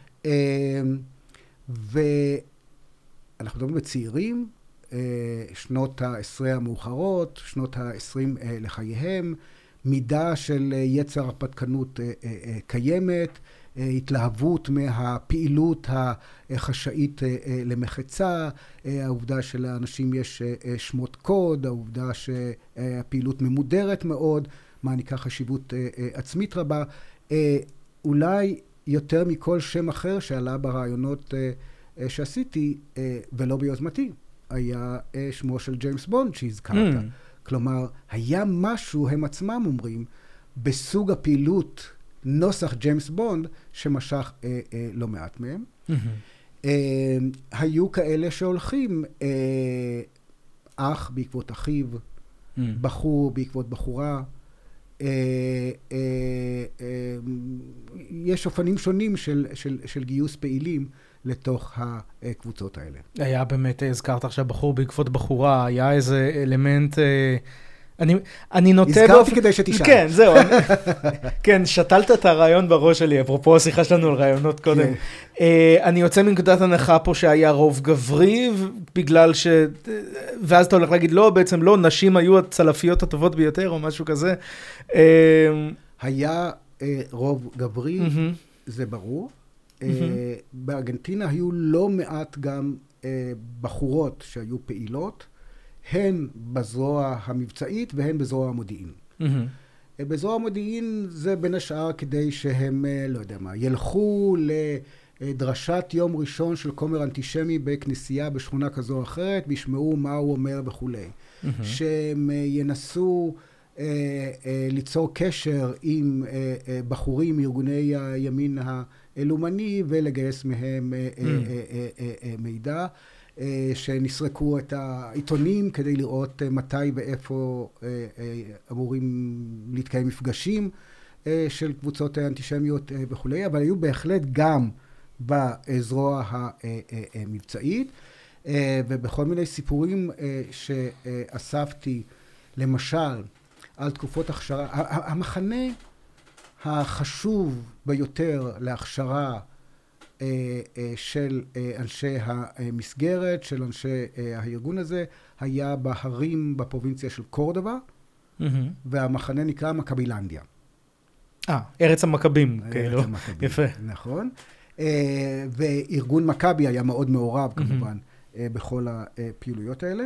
ואנחנו מדברים בצעירים, שנות ה-10 המאוחרות, שנות ה-20 לחייהם, מידה של יצר הרפתקנות קיימת, התלהבות מהפעילות החשאית למחצה, העובדה שלאנשים יש שמות קוד, העובדה שהפעילות ממודרת מאוד, מעניקה חשיבות עצמית רבה. אולי יותר מכל שם אחר שעלה ברעיונות שעשיתי, ולא ביוזמתי, היה שמו של ג'יימס בונד שהזכרת. כלומר, היה משהו, הם עצמם אומרים, בסוג הפעילות נוסח ג'יימס בונד שמשך לא מעט מהם. היו כאלה שהולכים אח בעקבות אחיו, בחור בעקבות בחורה. יש אופנים שונים של גיוס פעילים לתוך הקבוצות האלה. היה באמת, הזכרת עכשיו בחור בעקבות בחורה, היה איזה אלמנט... אני נוטה... הזכרתי כדי שתשאל. כן, זהו. כן, שתלת את הרעיון בראש שלי, אפרופו השיחה שלנו על רעיונות קודם. אני יוצא מנקודת הנחה פה שהיה רוב גברי, בגלל ש... ואז אתה הולך להגיד, לא, בעצם לא, נשים היו הצלפיות הטובות ביותר, או משהו כזה. היה רוב גברי, זה ברור. בארגנטינה היו לא מעט גם בחורות שהיו פעילות, הן בזרוע המבצעית והן בזרוע המודיעין. בזרוע המודיעין זה בין השאר כדי שהם, לא יודע מה, ילכו דרשת יום ראשון של כומר אנטישמי בכנסייה בשכונה כזו או אחרת, וישמעו מה הוא אומר וכולי. שהם ינסו ליצור קשר עם בחורים מארגוני הימין הלאומני ולגייס מהם מידע, שנסרקו את העיתונים כדי לראות מתי ואיפה אמורים להתקיים מפגשים של קבוצות אנטישמיות וכולי, אבל היו בהחלט גם בזרוע המבצעית, ובכל מיני סיפורים שאספתי, למשל, על תקופות הכשרה. המחנה החשוב ביותר להכשרה של אנשי המסגרת, של אנשי הארגון הזה, היה בהרים בפרובינציה של קורדובה, והמחנה נקרא מקבילנדיה. ארץ המכבים, כאילו. יפה. נכון. וארגון מכבי היה מאוד מעורב, כמובן, בכל הפעילויות האלה.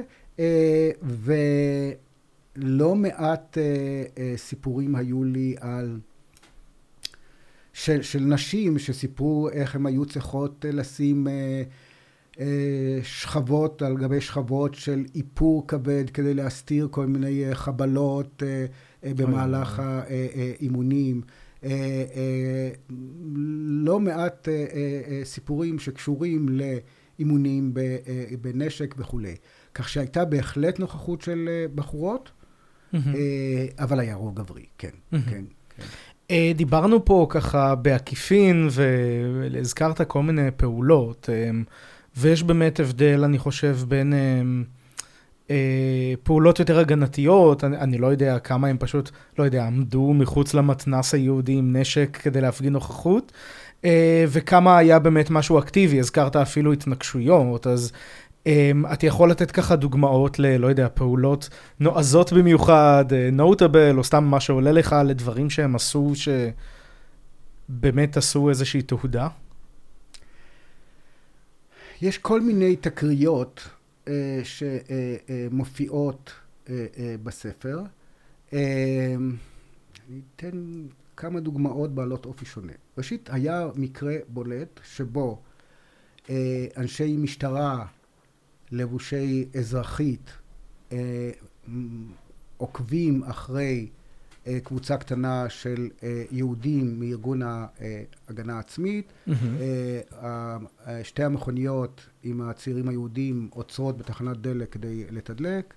ולא מעט סיפורים היו לי על של נשים שסיפרו איך הם היו צריכות לשים שכבות על גבי שכבות של איפור כבד כדי להסתיר כל מיני חבלות במהלך האימונים. לא מעט סיפורים שקשורים לאימונים בנשק וכו'. כך שהייתה בהחלט נוכחות של בחורות, אבל היה רוב גברי, כן, כן. דיברנו פה ככה בעקיפין, והזכרת כל מיני פעולות, ויש באמת הבדל, אני חושב, בין פעולות יותר הגנתיות, אני לא יודע כמה הם פשוט, לא יודע, עמדו מחוץ למתנ"ס היהודי עם נשק כדי להפגין נוכחות, וכמה היה באמת משהו אקטיבי, הזכרת אפילו התנגשויות, אז את יכול לתת ככה דוגמאות לא יודע, פעולות נועזות במיוחד, נוטבל, או סתם מה שעולה לך לדברים שהם עשו, שבאמת עשו איזושהי תהודה? יש כל מיני תקריות שמופיעות בספר. אני אתן כמה דוגמאות בעלות אופי שונה. ראשית, היה מקרה בולט שבו אנשי משטרה לבושי אזרחית עוקבים אחרי קבוצה קטנה של יהודים מארגון ההגנה העצמית. שתי המכוניות עם הצעירים היהודים עוצרות בתחנת דלק כדי לתדלק.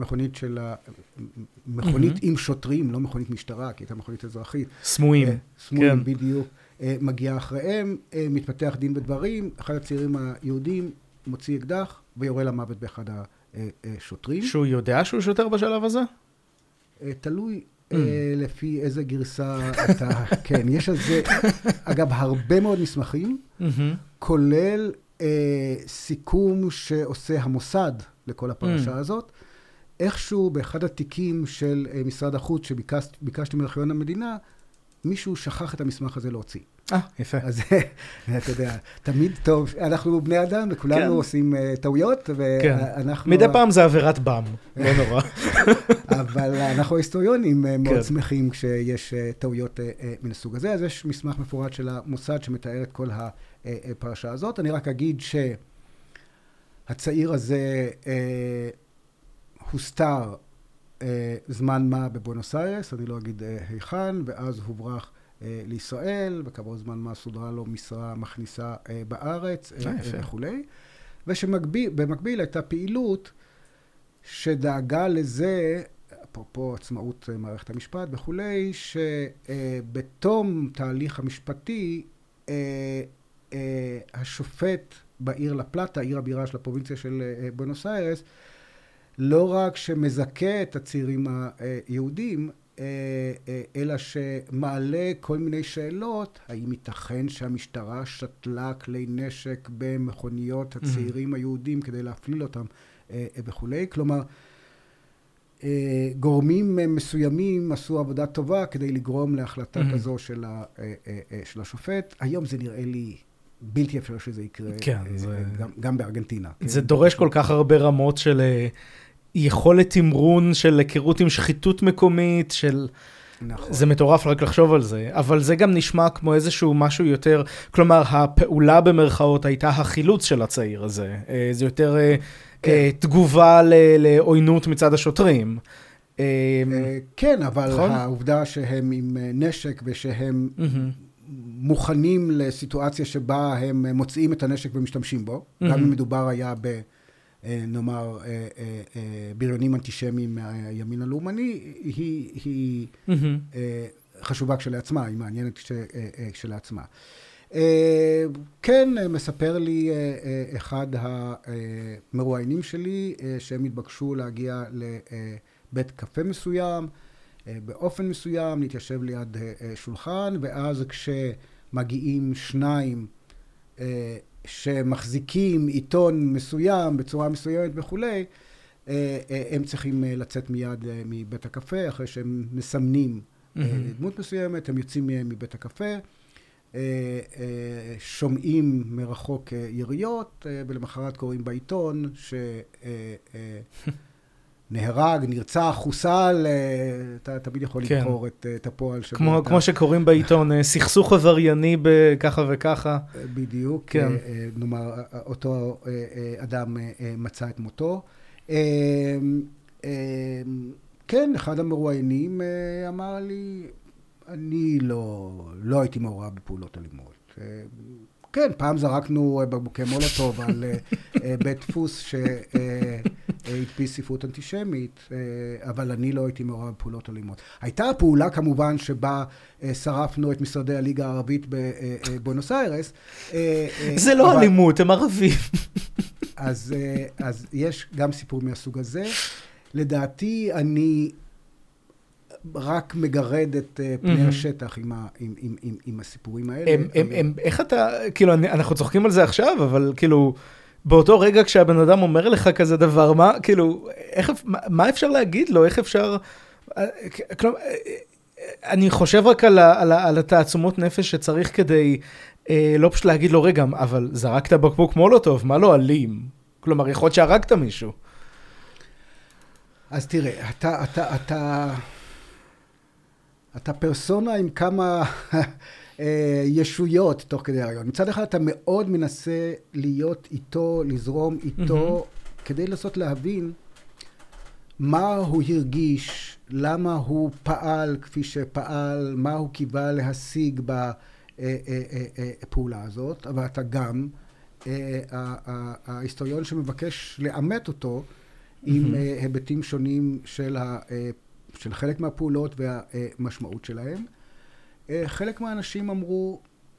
מכונית עם שוטרים, לא מכונית משטרה, כי הייתה מכונית אזרחית. סמויים. סמויים, בדיוק. מגיע אחריהם, מתפתח דין ודברים, אחד הצעירים היהודים מוציא אקדח ויורה למוות באחד השוטרים. שהוא יודע שהוא שוטר בשלב הזה? תלוי לפי איזה גרסה אתה... כן, יש על זה, אגב, הרבה מאוד מסמכים, כולל סיכום שעושה המוסד לכל הפרשה הזאת. איכשהו באחד התיקים של משרד החוץ שביקשתי מארכיון המדינה, מישהו שכח את המסמך הזה להוציא. יפה. אז אתה יודע, תמיד טוב, אנחנו בני אדם וכולנו עושים טעויות, ואנחנו... מדי פעם זה עבירת בם, לא נורא. אבל אנחנו היסטוריונים מאוד שמחים כשיש טעויות מן הסוג הזה, אז יש מסמך מפורט של המוסד שמתאר את כל הפרשה הזאת. אני רק אגיד שהצעיר הזה הוסתר זמן מה בבואנוס איירס, אני לא אגיד היכן, ואז הוברח לישראל, וכעבור זמן מה סודרה לו משרה מכניסה בארץ וכולי. ושבמקביל הייתה פעילות שדאגה לזה, אפרופו עצמאות מערכת המשפט וכולי, שבתום תהליך המשפטי, השופט בעיר לה פלטה, עיר הבירה של הפרובינציה של בואנוס איירס, לא רק שמזכה את הצעירים היהודים, אלא שמעלה כל מיני שאלות, האם ייתכן שהמשטרה שתלה כלי נשק במכוניות הצעירים היהודים כדי להפליל אותם וכולי. כלומר, גורמים מסוימים עשו עבודה טובה כדי לגרום להחלטה כזו של השופט. היום זה נראה לי בלתי אפשר שזה יקרה, גם בארגנטינה. זה דורש כל כך הרבה רמות של יכולת תמרון, של היכרות עם שחיתות מקומית, של נכון. זה מטורף רק לחשוב על זה, אבל זה גם נשמע כמו איזשהו משהו יותר, כלומר, הפעולה במרכאות הייתה החילוץ של הצעיר הזה. זה יותר תגובה לעוינות מצד השוטרים. כן, אבל העובדה שהם עם נשק ושהם מוכנים לסיטואציה שבה הם מוצאים את הנשק ומשתמשים בו, גם אם מדובר היה נאמר, בריונים אנטישמיים מהימין הלאומני, היא חשובה כשלעצמה, היא מעניינת כשלעצמה. כן, מספר לי אחד המרואיינים שלי, שהם התבקשו להגיע לבית קפה מסוים, באופן מסוים, להתיישב ליד שולחן, ואז כשמגיעים שניים, שמחזיקים עיתון מסוים בצורה מסוימת וכולי, הם צריכים לצאת מיד מבית הקפה, אחרי שהם מסמנים דמות מסוימת, הם יוצאים מבית הקפה, שומעים מרחוק יריות, ולמחרת קוראים בעיתון נהרג, נרצח, חוסל, אתה תמיד יכול לבחור את הפועל. כמו שקוראים בעיתון, סכסוך עברייני בככה וככה. בדיוק, נאמר, אותו אדם מצא את מותו. כן, אחד המרואיינים אמר לי, אני לא הייתי מעורב בפעולות אלימות. כן, פעם זרקנו בקבוקי מולוטוב על בית דפוס שהדפיס ספרות אנטישמית, אבל אני לא הייתי מעורב בפעולות אלימות. הייתה הפעולה כמובן שבה שרפנו את משרדי הליגה הערבית בבואנוס איירס. זה לא אלימות, הם ערבים. אז יש גם סיפור מהסוג הזה. לדעתי אני רק מגרד את פני השטח עם הסיפורים האלה. איך אתה, כאילו, אנחנו צוחקים על זה עכשיו, אבל כאילו, באותו רגע כשהבן אדם אומר לך כזה דבר, מה, כאילו, מה אפשר להגיד לו? איך אפשר, כלומר, אני חושב רק על התעצומות נפש שצריך כדי, לא פשוט להגיד לו, רגע, אבל זרקת בקבוק מולוטוב, מה לא אלים? כלומר, יכול להיות שהרגת מישהו. אז תראה, אתה פרסונה עם כמה ישויות תוך כדי הרעיון. מצד אחד אתה מאוד מנסה להיות איתו, לזרום איתו, כדי לנסות להבין מה הוא הרגיש, למה הוא פעל כפי שפעל, מה הוא קיווה להשיג בפעולה הזאת, אבל אתה גם ההיסטוריון שמבקש לאמת אותו עם היבטים שונים של חלק מהפעולות והמשמעות שלהם. חלק מהאנשים אמרו,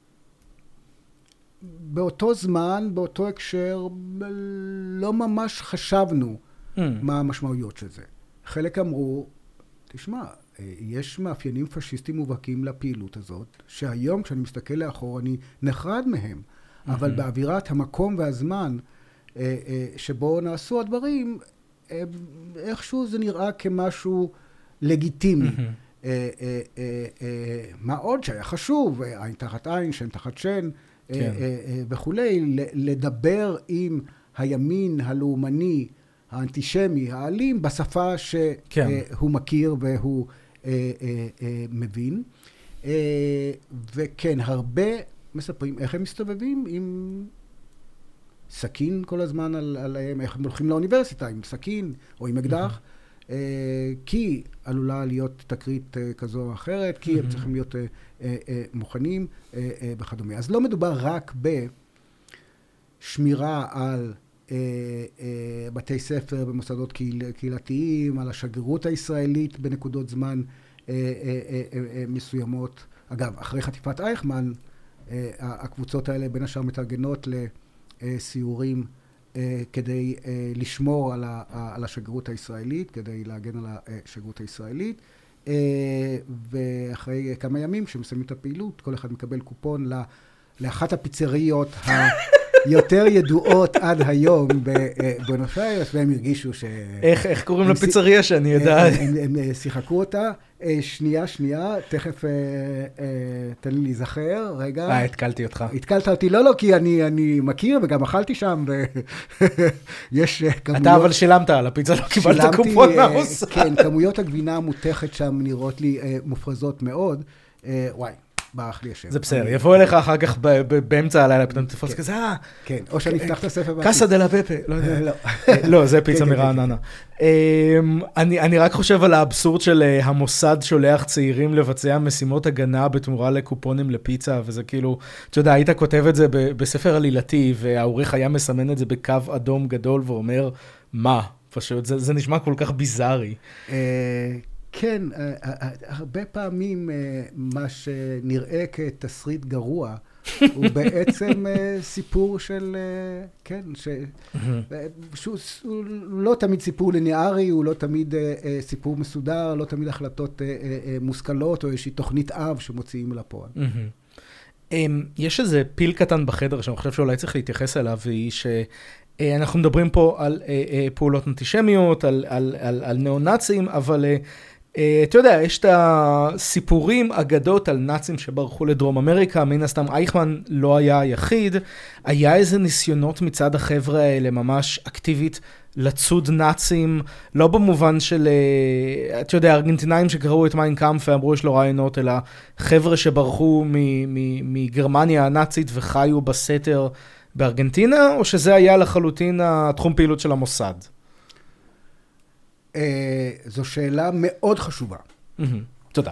באותו זמן, באותו הקשר, לא ממש חשבנו מה המשמעויות של זה. חלק אמרו, תשמע, יש מאפיינים פשיסטיים מובהקים לפעילות הזאת, שהיום כשאני מסתכל לאחור אני נחרד מהם, אבל באווירת המקום והזמן שבו נעשו הדברים, איכשהו זה נראה כמשהו לגיטימי. מה עוד שהיה חשוב, עין תחת עין, שן תחת שן, וכולי, לדבר עם הימין הלאומני, האנטישמי, האלים, בשפה שהוא מכיר והוא מבין. וכן, הרבה מספרים איך הם מסתובבים עם סכין כל הזמן עליהם, איך הם הולכים לאוניברסיטה עם סכין או עם אקדח, כי עלולה להיות תקרית כזו או אחרת, כי הם צריכים להיות מוכנים וכדומה. אז לא מדובר רק בשמירה על בתי ספר במוסדות קהילתיים, על השגרירות הישראלית בנקודות זמן מסוימות. אגב, אחרי חטיפת אייכמן, הקבוצות האלה בין השאר מתארגנות לסיורים כדי לשמור על השגרירות הישראלית, כדי להגן על השגרירות הישראלית, ואחרי כמה ימים שמסיימים את הפעילות, כל אחד מקבל קופון לאחת הפיצריות יותר ידועות עד היום בבואנוס איירס, והם הרגישו ש... איך קוראים לפיצריה שאני יודע? הם שיחקו אותה. שנייה, תכף תן לי להיזכר, רגע. התקלתי אותך. התקלת אותי, לא, כי אני מכיר, וגם אכלתי שם, ויש כמויות... אתה אבל שילמת על הפיצה, לא קיבלת קופון מהמוסד. כן, כמויות הגבינה המותכת שם נראות לי מופרזות מאוד. וואי, ברח לי השם. זה בסדר, יבוא אליך אחר כך באמצע הלילה, פתאום תפוס כזה, כן, או שאני אפתח את הספר. קאסה דה לה פפה, לא יודע. לא, זה פיצה מרעננה. אני רק חושב על האבסורד של המוסד שולח צעירים לבצע משימות הגנה בתמורה לקופונים לפיצה, וזה כאילו, אתה יודע, היית כותב את זה בספר עלילתי, והעורך היה מסמן את זה בקו אדום גדול ואומר, מה? פשוט, זה נשמע כל כך ביזארי. כן, הרבה פעמים מה שנראה כתסריט גרוע, הוא בעצם סיפור של, כן, שהוא לא תמיד סיפור ליניארי, הוא לא תמיד סיפור מסודר, לא תמיד החלטות מושכלות, או איזושהי תוכנית אב שמוציאים לפועל. יש איזה פיל קטן בחדר שאני חושב שאולי צריך להתייחס אליו, והיא שאנחנו מדברים פה על פעולות אנטישמיות, על ניאו-נאצים, אבל אתה יודע, יש את הסיפורים, אגדות על נאצים שברחו לדרום אמריקה, מן הסתם אייכמן לא היה היחיד, היה איזה ניסיונות מצד החבר'ה האלה ממש אקטיבית לצוד נאצים, לא במובן של, אתה יודע, ארגנטינאים שקראו את מיין קאמפ ואמרו יש לו רעיונות, אלא חבר'ה שברחו מגרמניה הנאצית וחיו בסתר בארגנטינה, או שזה היה לחלוטין התחום פעילות של המוסד? זו שאלה מאוד חשובה. תודה.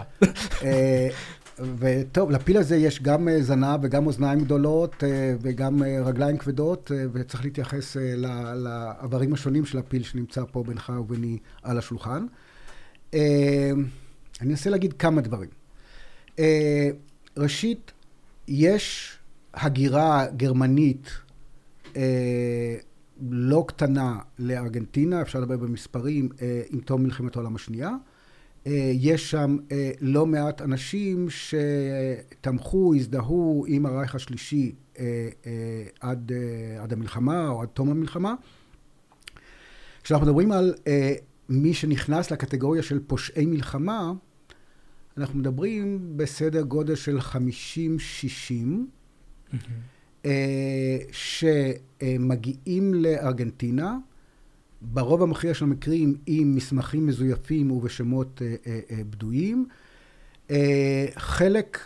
וטוב, לפיל הזה יש גם זנב וגם אוזניים גדולות וגם רגליים כבדות, וצריך להתייחס לעברים השונים של הפיל שנמצא פה בינך וביני על השולחן. אני אנסה להגיד כמה דברים. ראשית, יש הגירה גרמנית לא קטנה לארגנטינה, אפשר לדבר במספרים, עם תום מלחמת העולם השנייה. יש שם לא מעט אנשים שתמכו, הזדהו עם הרייך השלישי עד המלחמה או עד תום המלחמה. כשאנחנו מדברים על מי שנכנס לקטגוריה של פושעי מלחמה, אנחנו מדברים בסדר גודל של 50-60, שמגיעים לארגנטינה, ברוב המכריע של המקרים עם מסמכים מזויפים ובשמות בדויים. חלק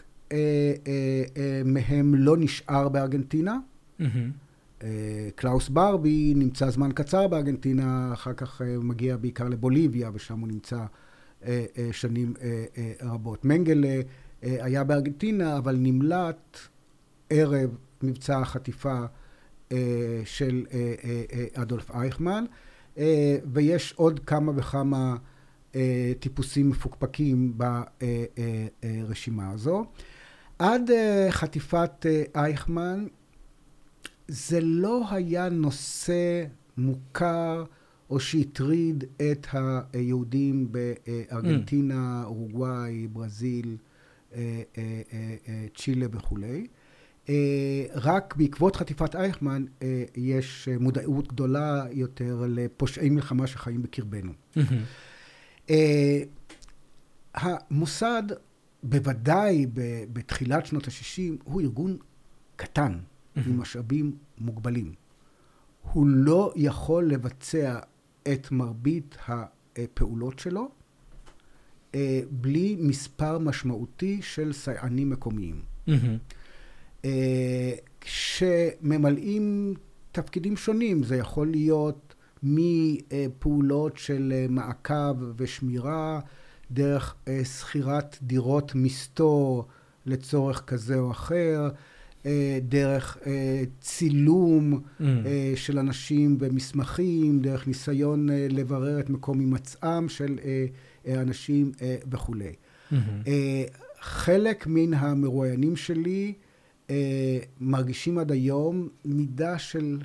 מהם לא נשאר בארגנטינה. קלאוס ברבי נמצא זמן קצר בארגנטינה, אחר כך מגיע בעיקר לבוליביה, ושם הוא נמצא שנים רבות. מנגלה היה בארגנטינה, אבל נמלט ערב מבצע החטיפה של אדולף אייכמן, ויש עוד כמה וכמה טיפוסים מפוקפקים ברשימה הזו. עד חטיפת אייכמן זה לא היה נושא מוכר או שהטריד את היהודים בארגנטינה, אורוגוואי, ברזיל, צ'ילה וכו'. רק בעקבות חטיפת אייכמן יש מודעות גדולה יותר לפושעי מלחמה שחיים בקרבנו. המוסד, בוודאי בתחילת שנות ה-60, הוא ארגון קטן, עם משאבים מוגבלים. הוא לא יכול לבצע את מרבית הפעולות שלו בלי מספר משמעותי של סייענים מקומיים. שממלאים תפקידים שונים. זה יכול להיות מפעולות של מעקב ושמירה, דרך שכירת דירות מסתור לצורך כזה או אחר, דרך צילום של אנשים ומסמכים, דרך ניסיון לברר את מקום הימצאם של אנשים וכו'. חלק מן המרואיינים שלי מרגישים עד היום מידה של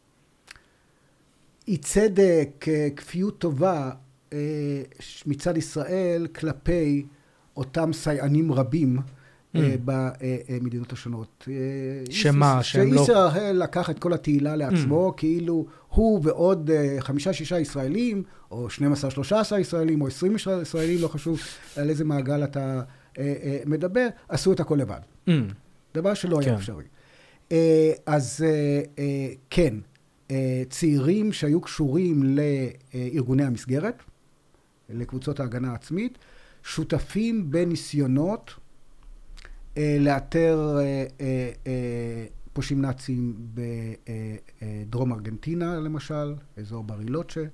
אי צדק, כפיות טובה מצד ישראל כלפי אותם סייענים רבים במדינות השונות. שמה? שישראל לקח את כל התהילה לעצמו, כאילו הוא ועוד 5-6 ישראלים, או 12-13 ישראלים, או 20 ישראלים, לא חשוב על איזה מעגל אתה מדבר, עשו את הכל לבד. דבר שלא היה אפשרי. אז כן, צעירים שהיו קשורים לארגוני המסגרת, לקבוצות ההגנה העצמית, שותפים בניסיונות לאתר פושעים נאצים בדרום ארגנטינה, למשל, אזור ברילוצ'ה,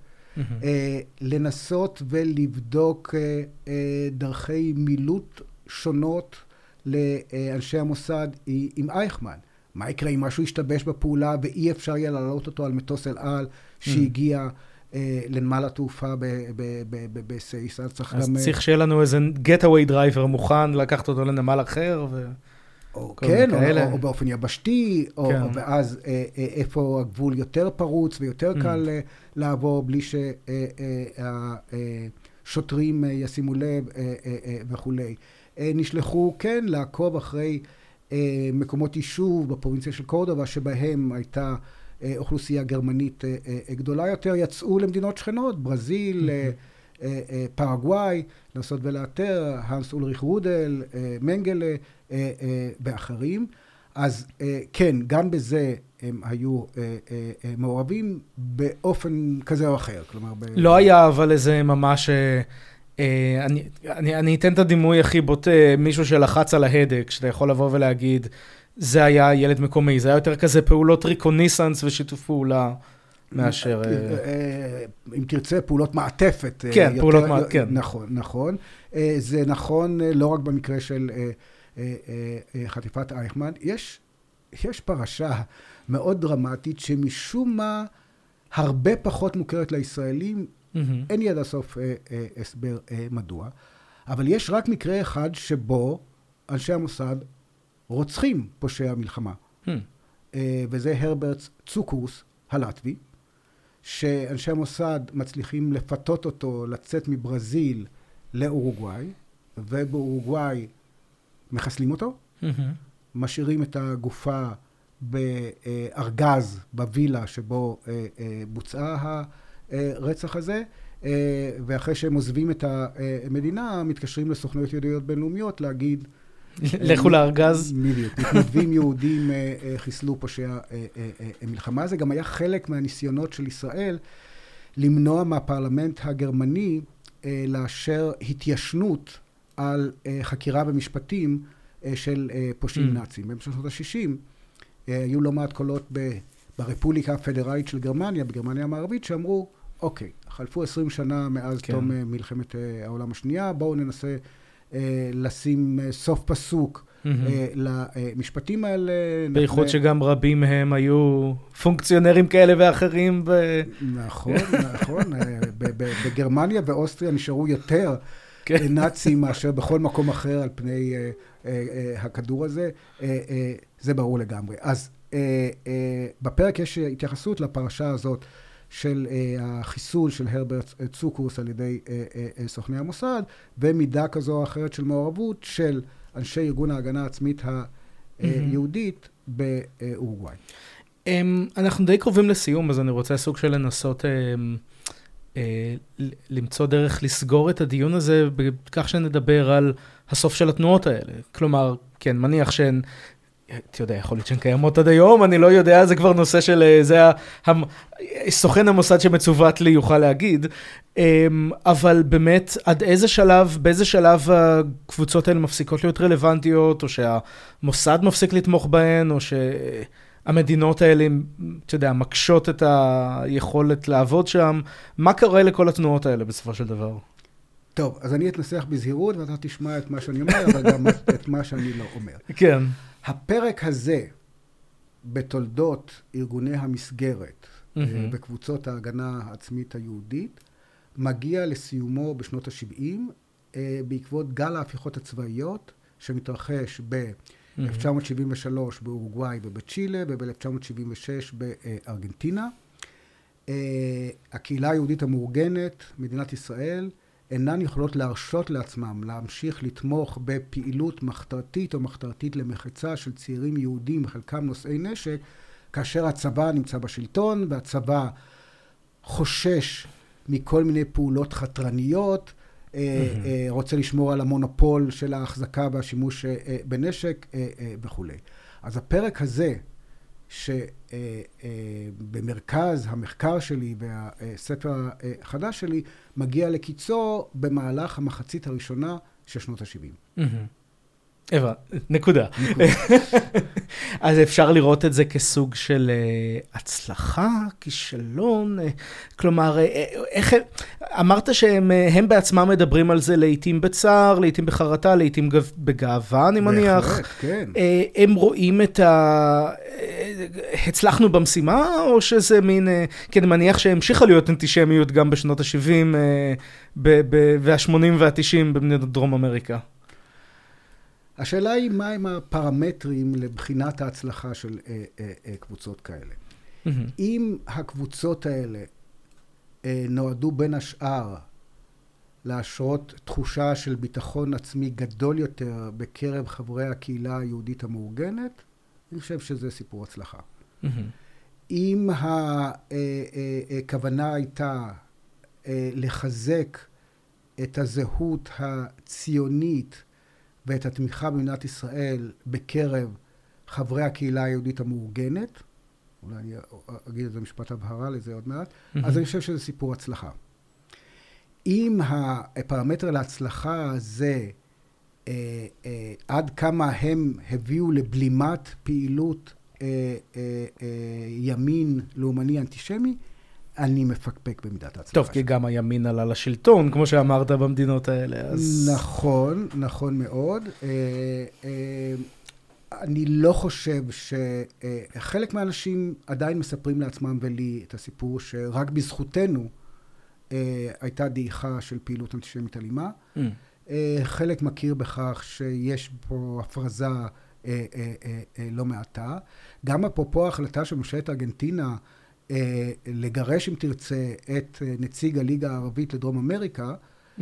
לנסות ולבדוק דרכי מילוט שונות לאנשי המוסד עם אייכמן. מה יקרה אם משהו ישתבש בפעולה ואי אפשר יהיה לעלות אותו על מטוס אל על שהגיע לנמל התעופה בסייס? אז צריך שיהיה לנו איזה getaway driver מוכן לקחת אותו לנמל אחר כן, או באופן יבשתי, ואז איפה הגבול יותר פרוץ ויותר קל לעבור בלי שהשוטרים ישימו לב וכו'. נשלחו, כן, לעקוב אחרי מקומות יישוב בפרובינציה של קורדובה, שבהם הייתה אוכלוסייה גרמנית גדולה יותר, יצאו למדינות שכנות, ברזיל, פרגוואי, לנסות ולאתר, הנס אולריך רודל, מנגלה ואחרים. אז כן, גם בזה הם היו מעורבים באופן כזה או אחר. כלומר, לא היה אבל איזה ממש... אני אתן את הדימוי הכי בוטה, מישהו שלחץ על ההדק, שאתה יכול לבוא ולהגיד, זה היה ילד מקומי, זה היה יותר כזה פעולות ריקוניסנס ושיתוף פעולה מאשר... אם תרצה, פעולות מעטפת. כן, פעולות מעטפת, כן. נכון, נכון. זה נכון לא רק במקרה של חטיפת אייכמן, יש פרשה מאוד דרמטית שמשום מה הרבה פחות מוכרת לישראלים, אין לי עד הסוף הסבר מדוע, אבל יש רק מקרה אחד שבו אנשי המוסד רוצחים פושעי המלחמה. וזה הרברט צוקורס הלטבי, שאנשי המוסד מצליחים לפתות אותו לצאת מברזיל לאורוגוואי, ובאורוגוואי מחסלים אותו, משאירים את הגופה בארגז, בווילה שבו בוצעה הרצח הזה, ואחרי שהם עוזבים את המדינה, מתקשרים לסוכנויות יהודיות בינלאומיות להגיד... לכו לארגז. בדיוק, מתנדבים יהודים חיסלו פושעי המלחמה. זה גם היה חלק מהניסיונות של ישראל למנוע מהפרלמנט הגרמני לאשר התיישנות על חקירה ומשפטים של פושעים נאצים. במשך שנות ה-60 היו לא מעט קולות ברפובליקה הפדרלית של גרמניה, בגרמניה המערבית, שאמרו, אוקיי, חלפו 20 שנה מאז תום מלחמת העולם השנייה, בואו ננסה לשים סוף פסוק למשפטים האלה. בייחוד שגם רבים מהם היו פונקציונרים כאלה ואחרים. נכון, נכון. בגרמניה ואוסטריה נשארו יותר נאצים מאשר בכל מקום אחר על פני הכדור הזה. זה ברור לגמרי. אז בפרק יש התייחסות לפרשה הזאת של החיסול של הרברט צוקורס על ידי סוכני המוסד, ומידה כזו או אחרת של מעורבות של אנשי ארגון ההגנה העצמית היהודית באורוגוואי. אנחנו די קרובים לסיום, אז אני רוצה סוג של לנסות למצוא דרך לסגור את הדיון הזה, בכך שנדבר על הסוף של התנועות האלה. כלומר, כן, מניח שהן... אתה יודע, יכול להיות שהן קיימות עד היום, אני לא יודע, זה כבר נושא של, זה סוכן המוסד שמצוות לי יוכל להגיד, אבל באמת, עד איזה שלב, באיזה שלב הקבוצות האלה מפסיקות להיות רלוונטיות, או שהמוסד מפסיק לתמוך בהן, או שהמדינות האלה, אתה יודע, מקשות את היכולת לעבוד שם, מה קורה לכל התנועות האלה בסופו של דבר? טוב, אז אני אתנסח בזהירות, ואתה תשמע את מה שאני אומר, אבל גם את מה שאני לא אומר. כן. הפרק הזה בתולדות ארגוני המסגרת וקבוצות ההגנה העצמית היהודית מגיע לסיומו בשנות ה-70 בעקבות גל ההפיכות הצבאיות שמתרחש ב-1973 באורוגוואי ובצ'ילה וב-1976 בארגנטינה. הקהילה היהודית המאורגנת, מדינת ישראל, אינן יכולות להרשות לעצמם להמשיך לתמוך בפעילות מחתרתית או מחתרתית למחצה של צעירים יהודים, חלקם נושאי נשק, כאשר הצבא נמצא בשלטון והצבא חושש מכל מיני פעולות חתרניות, רוצה לשמור על המונופול של ההחזקה והשימוש בנשק וכו'. אז הפרק הזה, שבמרכז המחקר שלי והספר החדש שלי, מגיע לקיצו במהלך המחצית הראשונה של שנות ה-70. נקודה. אז אפשר לראות את זה כסוג של הצלחה, כישלון, כלומר, אמרת שהם בעצמם מדברים על זה לעתים בצער, לעתים בחרטה, לעתים בגאווה, אני מניח. בהחלט, כן. הם רואים הצלחנו במשימה, או שזה מין, כי אני מניח שהמשיכה להיות אנטישמיות גם בשנות ה-70 וה-80 וה-90 במדינות דרום אמריקה. השאלה היא מהם הפרמטרים לבחינת ההצלחה של קבוצות כאלה. אם הקבוצות האלה נועדו בין השאר להשרות תחושה של ביטחון עצמי גדול יותר בקרב חברי הקהילה היהודית המאורגנת, אני חושב שזה סיפור הצלחה. אם הכוונה הייתה לחזק את הזהות הציונית ואת התמיכה במדינת ישראל בקרב חברי הקהילה היהודית המאורגנת, אולי אני אגיד את זה משפט הבהרה לזה עוד מעט, אז אני חושב שזה סיפור הצלחה. אם הפרמטר להצלחה הזה, עד כמה הם הביאו לבלימת פעילות ימין לאומני אנטישמי, אני מפקפק במידת ההצלחה. טוב, כי גם הימין עלה לשלטון, כמו שאמרת במדינות האלה. אז... נכון, נכון מאוד. אני לא חושב שחלק מהאנשים עדיין מספרים לעצמם ולי את הסיפור שרק בזכותנו הייתה דעיכה של פעילות אנטישמית אלימה. חלק מכיר בכך שיש פה הפרזה לא מעטה. גם אפרופו ההחלטה של ממשלת ארגנטינה לגרש, אם תרצה, את נציג הליגה הערבית לדרום אמריקה,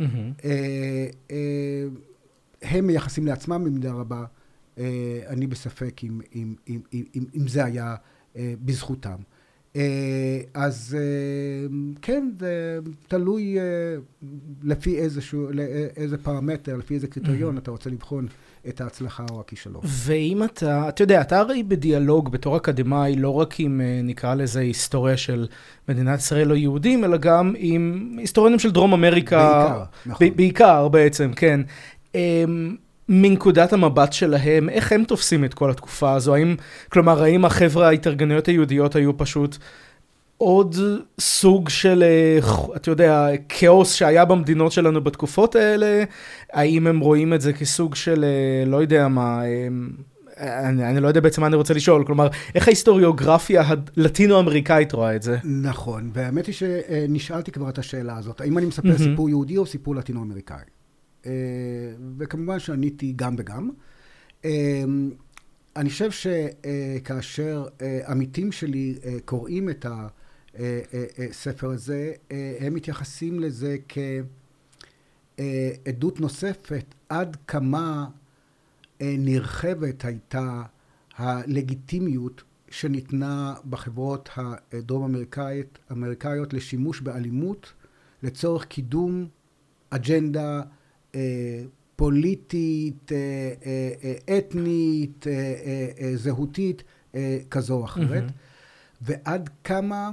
הם מייחסים לעצמם במידה רבה. אני בספק אם זה היה בזכותם. אז כן, זה תלוי לפי איזה פרמטר, לפי איזה קריטריון אתה רוצה לבחון את ההצלחה או הכישלון. ואם אתה יודע, אתה הרי בדיאלוג בתור אקדמאי, לא רק עם נקרא לזה היסטוריה של מדינת ישראל או יהודים, אלא גם עם היסטוריונים של דרום אמריקה. בעיקר, נכון. בעיקר בעצם, כן. מנקודת המבט שלהם, איך הם תופסים את כל התקופה הזו? כלומר, האם החבר'ה ההתארגנויות היהודיות היו פשוט עוד סוג של, אתה יודע, כאוס שהיה במדינות שלנו בתקופות האלה? האם הם רואים את זה כסוג של, לא יודע מה, אני לא יודע בעצם מה אני רוצה לשאול, כלומר, איך ההיסטוריוגרפיה הלטינו-אמריקאית רואה את זה? נכון, והאמת היא שנשאלתי כבר את השאלה הזאת, האם אני מספר סיפור יהודי או סיפור לטינו-אמריקאי? וכמובן שעניתי גם וגם. אני חושב שכאשר עמיתים שלי קוראים את הספר הזה, הם מתייחסים לזה כעדות נוספת עד כמה נרחבת הייתה הלגיטימיות שניתנה בחברות הדרום אמריקאיות לשימוש באלימות לצורך קידום אג'נדה פוליטית, אתנית, זהותית, כזו או אחרת. ועד כמה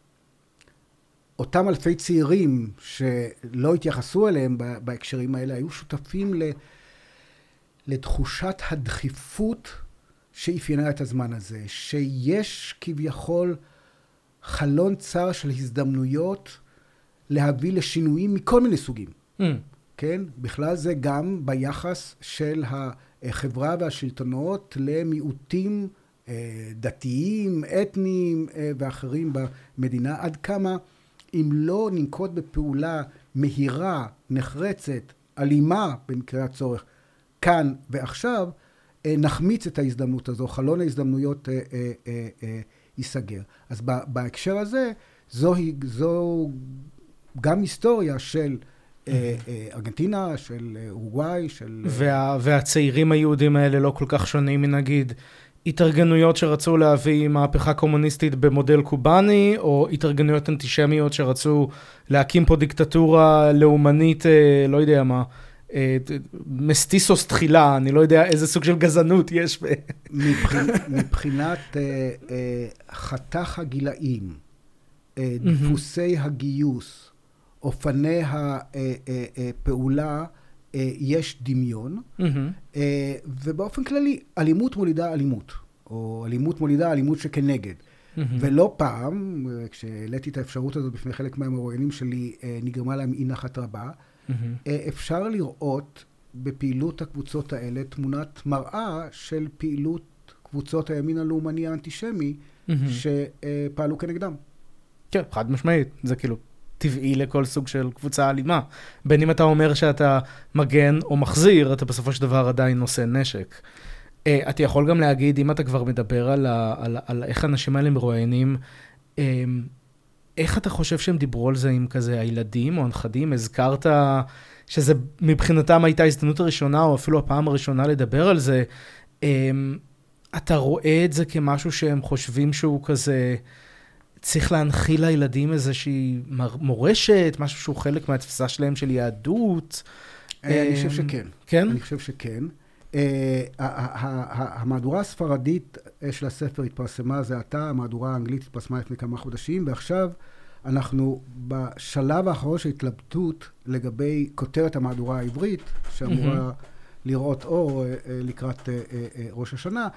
אותם אלפי צעירים שלא התייחסו אליהם בהקשרים האלה, היו שותפים לתחושת הדחיפות שאפיינה את הזמן הזה, שיש כביכול חלון צר של הזדמנויות להביא לשינויים מכל מיני סוגים. כן? בכלל זה גם ביחס של החברה והשלטונות למיעוטים דתיים, אתניים ואחרים במדינה, עד כמה אם לא ננקוט בפעולה מהירה, נחרצת, אלימה במקרה הצורך, כאן ועכשיו, נחמיץ את ההזדמנות הזו, חלון ההזדמנויות ייסגר. אז בהקשר הזה, זו גם היסטוריה של ארגנטינה, של אורוגוואי, של... והצעירים היהודים האלה לא כל כך שונים מנגיד התארגנויות שרצו להביא מהפכה קומוניסטית במודל קובאני, או התארגנויות אנטישמיות שרצו להקים פה דיקטטורה לאומנית, לא יודע מה, מסטיסוס תחילה, אני לא יודע איזה סוג של גזענות יש. מבחינת חתך הגילאים, דפוסי הגיוס, אופני הפעולה, יש דמיון, ובאופן כללי, אלימות מולידה אלימות, או אלימות מולידה אלימות שכנגד. ולא פעם, כשהעליתי את האפשרות הזאת בפני חלק מהמרואיינים שלי, נגרמה להם אי נחת רבה, אפשר לראות בפעילות הקבוצות האלה תמונת מראה של פעילות קבוצות הימין הלאומני האנטישמי שפעלו כנגדם. כן, חד משמעית. זה כאילו טבעי לכל סוג של קבוצה אלימה. בין אם אתה אומר שאתה מגן או מחזיר, אתה בסופו של דבר עדיין נושא נשק. אתה יכול גם להגיד, אם אתה כבר מדבר על איך האנשים האלה מרואיינים, איך אתה חושב שהם דיברו על זה עם כזה הילדים או הנכדים? הזכרת שזה מבחינתם הייתה ההזדמנות הראשונה, או אפילו הפעם הראשונה לדבר על זה. אתה רואה את זה כמשהו שהם חושבים שהוא כזה, צריך להנחיל לילדים איזושהי מורשת, משהו שהוא חלק מהתפיסה שלהם של יהדות? אני חושב שכן. כן? אני חושב שכן. המהדורה הספרדית של הספר התפרסמה זה עתה, המהדורה האנגלית התפרסמה לפני כמה חודשים, ועכשיו אנחנו בשלב האחרון של התלבטות לגבי כותרת המהדורה העברית, שאמורה לראות אור לקראת ראש השנה.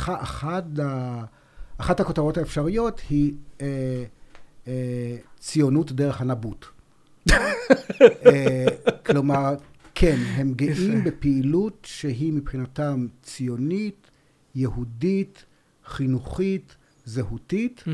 אחת הכותרות האפשריות היא ציונות דרך הנבוט. כלומר, כן, הם גאים בפעילות שהיא מבחינתם ציונית, יהודית, חינוכית, זהותית,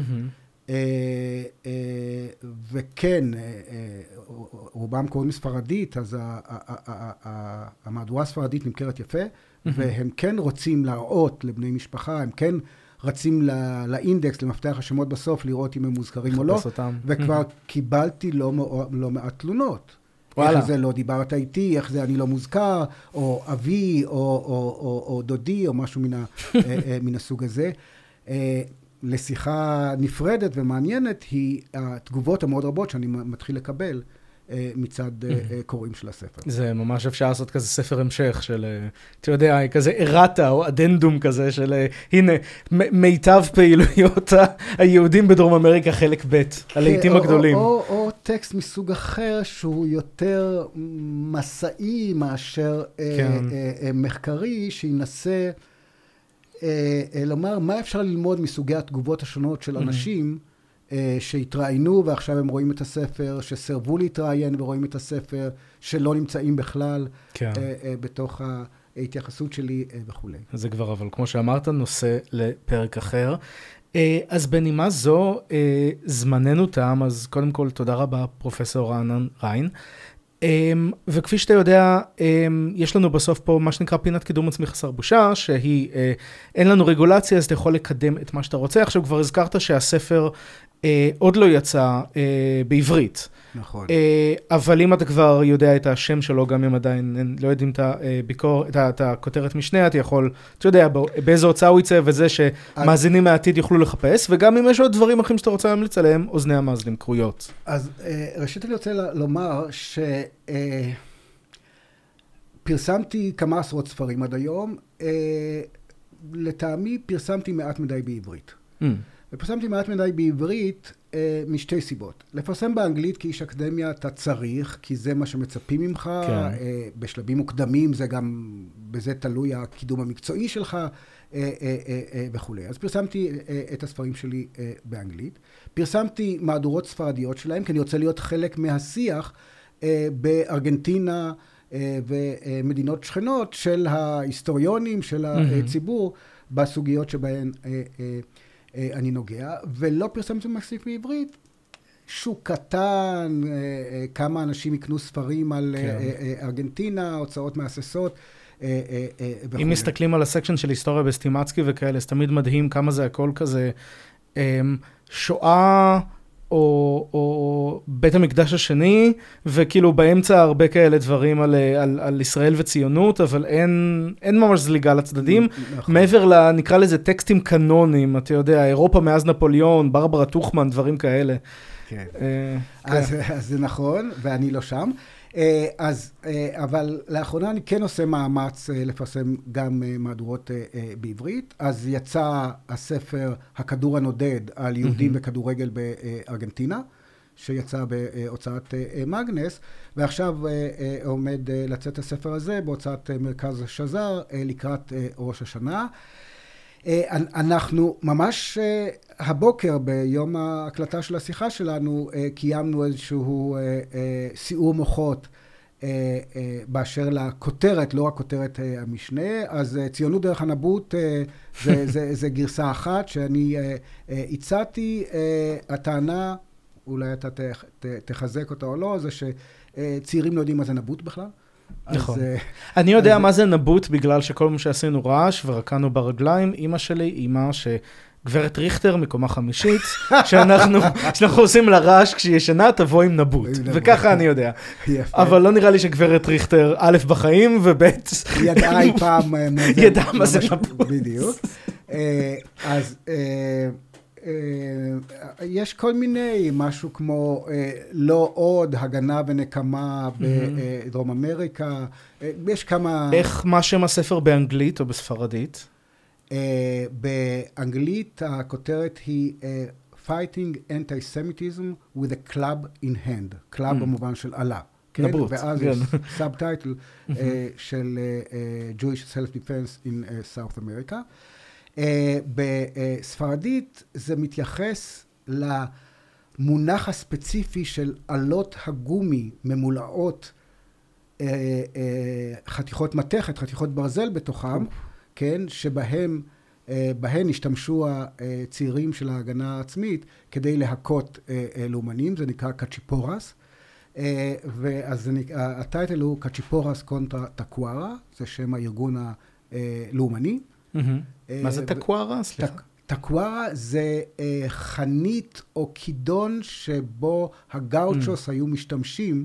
וכן, רובם קוראים ספרדית, אז המהדורה הספרדית נמכרת יפה, והם כן רוצים להראות לבני משפחה, הם כן רצים לאינדקס, למפתח השמות בסוף, לראות אם הם מוזכרים או לא, וכבר קיבלתי לא מעט תלונות. איך זה לא דיברת איתי, איך זה אני לא מוזכר, או אבי, או דודי, או משהו מן הסוג הזה. לשיחה נפרדת ומעניינת היא התגובות המאוד רבות שאני מתחיל לקבל מצד קוראים של הספר. זה ממש אפשר לעשות כזה ספר המשך של, אתה יודע, כזה אירטה או אדנדום כזה של, הנה, מיטב פעילויות היהודים בדרום אמריקה חלק ב', הלעיתים הגדולים. או טקסט מסוג אחר שהוא יותר מסעי מאשר מחקרי, שינסה לומר מה אפשר ללמוד מסוגי התגובות השונות של אנשים, שהתראיינו ועכשיו הם רואים את הספר, שסרבו להתראיין ורואים את הספר, שלא נמצאים בכלל בתוך ההתייחסות שלי וכו'. זה כבר, אבל כמו שאמרת, נושא לפרק אחר. אז בנימה זו, זמננו תם, אז קודם כל תודה רבה פרופסור רענן ריין. וכפי שאתה יודע, יש לנו בסוף פה מה שנקרא פינת קידום עצמי חסר בושה, שהיא, אין לנו רגולציה, אז אתה יכול לקדם את מה שאתה רוצה. עכשיו כבר הזכרת שהספר עוד לא יצא בעברית. נכון. אבל אם אתה כבר יודע את השם שלו, גם אם עדיין לא יודעים את הכותרת משנה, אתה יכול, אתה יודע, באיזו הוצאה הוא יצא, וזה שמאזינים מהעתיד יוכלו לחפש, וגם אם יש עוד דברים אחרים שאתה רוצה להמליץ עליהם, אוזני המאזינים קרויות. אז ראשית אני רוצה לומר שפרסמתי כמה עשרות ספרים עד היום, לטעמי פרסמתי מעט מדי בעברית. ופרסמתי מעט מדי בעברית משתי סיבות. לפרסם באנגלית כאיש אקדמיה אתה צריך, כי זה מה שמצפים ממך, בשלבים מוקדמים זה גם, בזה תלוי הקידום המקצועי שלך וכו'. אז פרסמתי את הספרים שלי באנגלית. פרסמתי מהדורות ספרדיות שלהם, כי אני רוצה להיות חלק מהשיח בארגנטינה ומדינות שכנות של ההיסטוריונים, של הציבור, בסוגיות שבהן אני נוגע, ולא פרסמתי מספיק בעברית. שוק קטן, כמה אנשים יקנו ספרים על ארגנטינה, הוצאות מהססות וכו'. אם מסתכלים על הסקשן של היסטוריה בסטימצקי וכאלה, אז תמיד מדהים כמה זה הכל כזה שואה או בית המקדש השני, וכאילו באמצע הרבה כאלה דברים על ישראל וציונות, אבל אין ממש זליגה לצדדים. מעבר נקרא לזה טקסטים קנונים, אתה יודע, אירופה מאז נפוליאון, ברברה טוכמן, דברים כאלה. כן. אז זה נכון, ואני לא שם. אבל לאחרונה אני כן עושה מאמץ לפרסם גם מהדורות בעברית. אז יצא הספר הכדור הנודד על יהודים וכדורגל בארגנטינה, שיצא בהוצאת מגנס, ועכשיו עומד לצאת הספר הזה בהוצאת מרכז שזר לקראת ראש השנה. אנחנו ממש הבוקר ביום ההקלטה של השיחה שלנו קיימנו איזשהו סיעור מוחות באשר לכותרת, לא רק כותרת המשנה. אז ציונות דרך הנבוט זה גרסה אחת שאני הצעתי. הטענה, אולי אתה תחזק אותה או לא, זה שצעירים לא יודעים מה זה נבוט בכלל. נכון. אני יודע מה זה נבוט בגלל שכל מה שעשינו רעש ורקענו ברגליים. אמא שלי, אמא שגברת ריכטר מקומה חמישית, שאנחנו עושים לה רעש כשהיא ישנה, תבוא עם נבוט. וככה אני יודע. אבל לא נראה לי שגברת ריכטר א' בחיים וב' ידעה אי פעם ידעה מה זה נבוט. בדיוק. אז יש כל מיני, משהו כמו לא עוד, הגנה ונקמה בדרום אמריקה. יש כמה... איך מה שם הספר באנגלית או בספרדית? באנגלית הכותרת היא Fighting Anti-Semitism with a Club in Hand. קלאב במובן של עלה. נבוט. ואז יש סאבטייטל של Jewish Self-Defense in South America. בספרדית זה מתייחס למונח הספציפי של עלות הגומי ממולאות חתיכות מתכת, חתיכות ברזל בתוכם, כן, שבהם השתמשו הצעירים של ההגנה העצמית כדי להכות לאומנים. זה נקרא קצ'יפורס, ואז הטייטל הוא קצ'יפורס קונטרה טקוארה, זה שם הארגון הלאומני. מה זה טקוארה? סליחה. טקוארה זה חנית או כידון שבו הגאוצ'וס היו משתמשים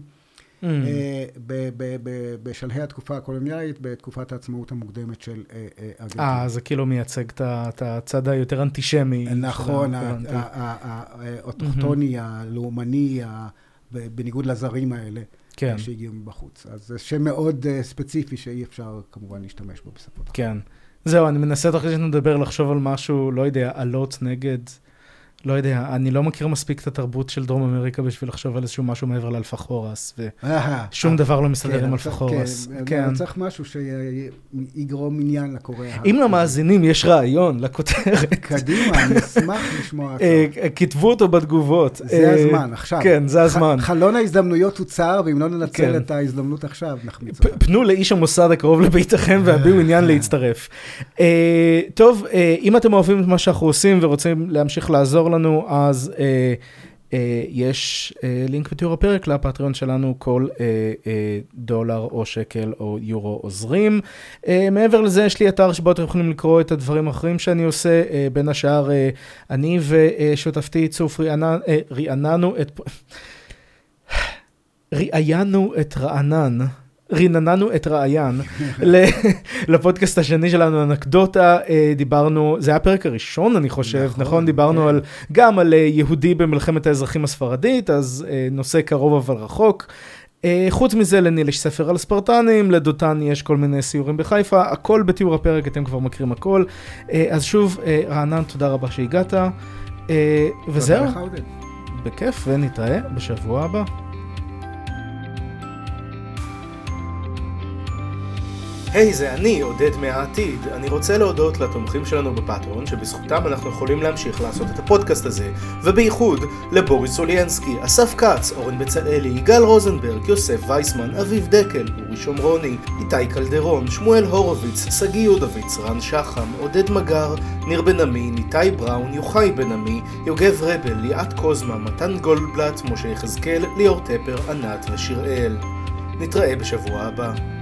בשלהי התקופה הקולוניאלית, בתקופת העצמאות המוקדמת של ארגנטינה. זה כאילו מייצג את הצד היותר אנטישמי. נכון, האוטוכטוני, הלאומני, בניגוד לזרים האלה. כן. שהגיעו מבחוץ. אז זה שם מאוד ספציפי שאי אפשר כמובן להשתמש בו בשפות. כן. זהו, אני מנסה תוך כדי שנדבר לחשוב על משהו, לא יודע, עלות נגד, לא יודע, אני לא מכיר מספיק את התרבות של דרום אמריקה בשביל לחשוב על איזשהו משהו מעבר לאלפחורס, ושום דבר לא מסתדר עם אלפחורס. כן, צריך משהו שיגרום עניין לקורא. אם למאזינים יש רעיון לכותרת. קדימה, אני אשמח לשמוע. כתבו אותו בתגובות. זה הזמן, עכשיו. כן, זה הזמן. חלון ההזדמנויות הוצר, ואם לא ננצל את ההזדמנות עכשיו, נחמיץ אותה. פנו לאיש המוסד הקרוב לביתכם והביאו עניין להצטרף. טוב, אם אתם אוהבים את מה שאנחנו עושים ורוצים להמשיך לעזור לנו, אז יש לינק בתיאור הפרק לפטריון שלנו, כל דולר או שקל או יורו עוזרים. מעבר לזה יש לי אתר שבו אתם יכולים לקרוא את הדברים האחרים שאני עושה, בין השאר אני ושותפתי צוף ריננו את רעיין לפודקאסט השני שלנו, אנקדוטה. דיברנו, זה היה הפרק הראשון אני חושב, נכון? דיברנו גם על יהודי במלחמת האזרחים הספרדית, אז נושא קרוב אבל רחוק. חוץ מזה לניל יש ספר על ספרטנים, לדותן יש כל מיני סיורים בחיפה, הכל בתיאור הפרק, אתם כבר מכירים הכל. אז שוב, רענן, תודה רבה שהגעת, וזהו, בכיף, ונתראה בשבוע הבא. היי, זה אני, עודד מהעתיד. אני רוצה להודות לתומכים שלנו בפטריון, שבזכותם אנחנו יכולים להמשיך לעשות את הפודקאסט הזה, ובייחוד לבוריס סוליינסקי, אסף קץ, אורן בצלאלי, יגאל רוזנברג, יוסף וייסמן, אביב דקל, אורי שומרוני, איתי קלדרון, שמואל הורוביץ, סגי יודוביץ, רן שחם, עודד מגר, ניר בן עמי, ניתי בראון, יוחאי בן עמי, יוגב רבל, ליאת קוזמה, מתן גולדבלט, משה יחזקאל, ליאור טפר, ענת ושיראל. נתראה בשבוע הבא.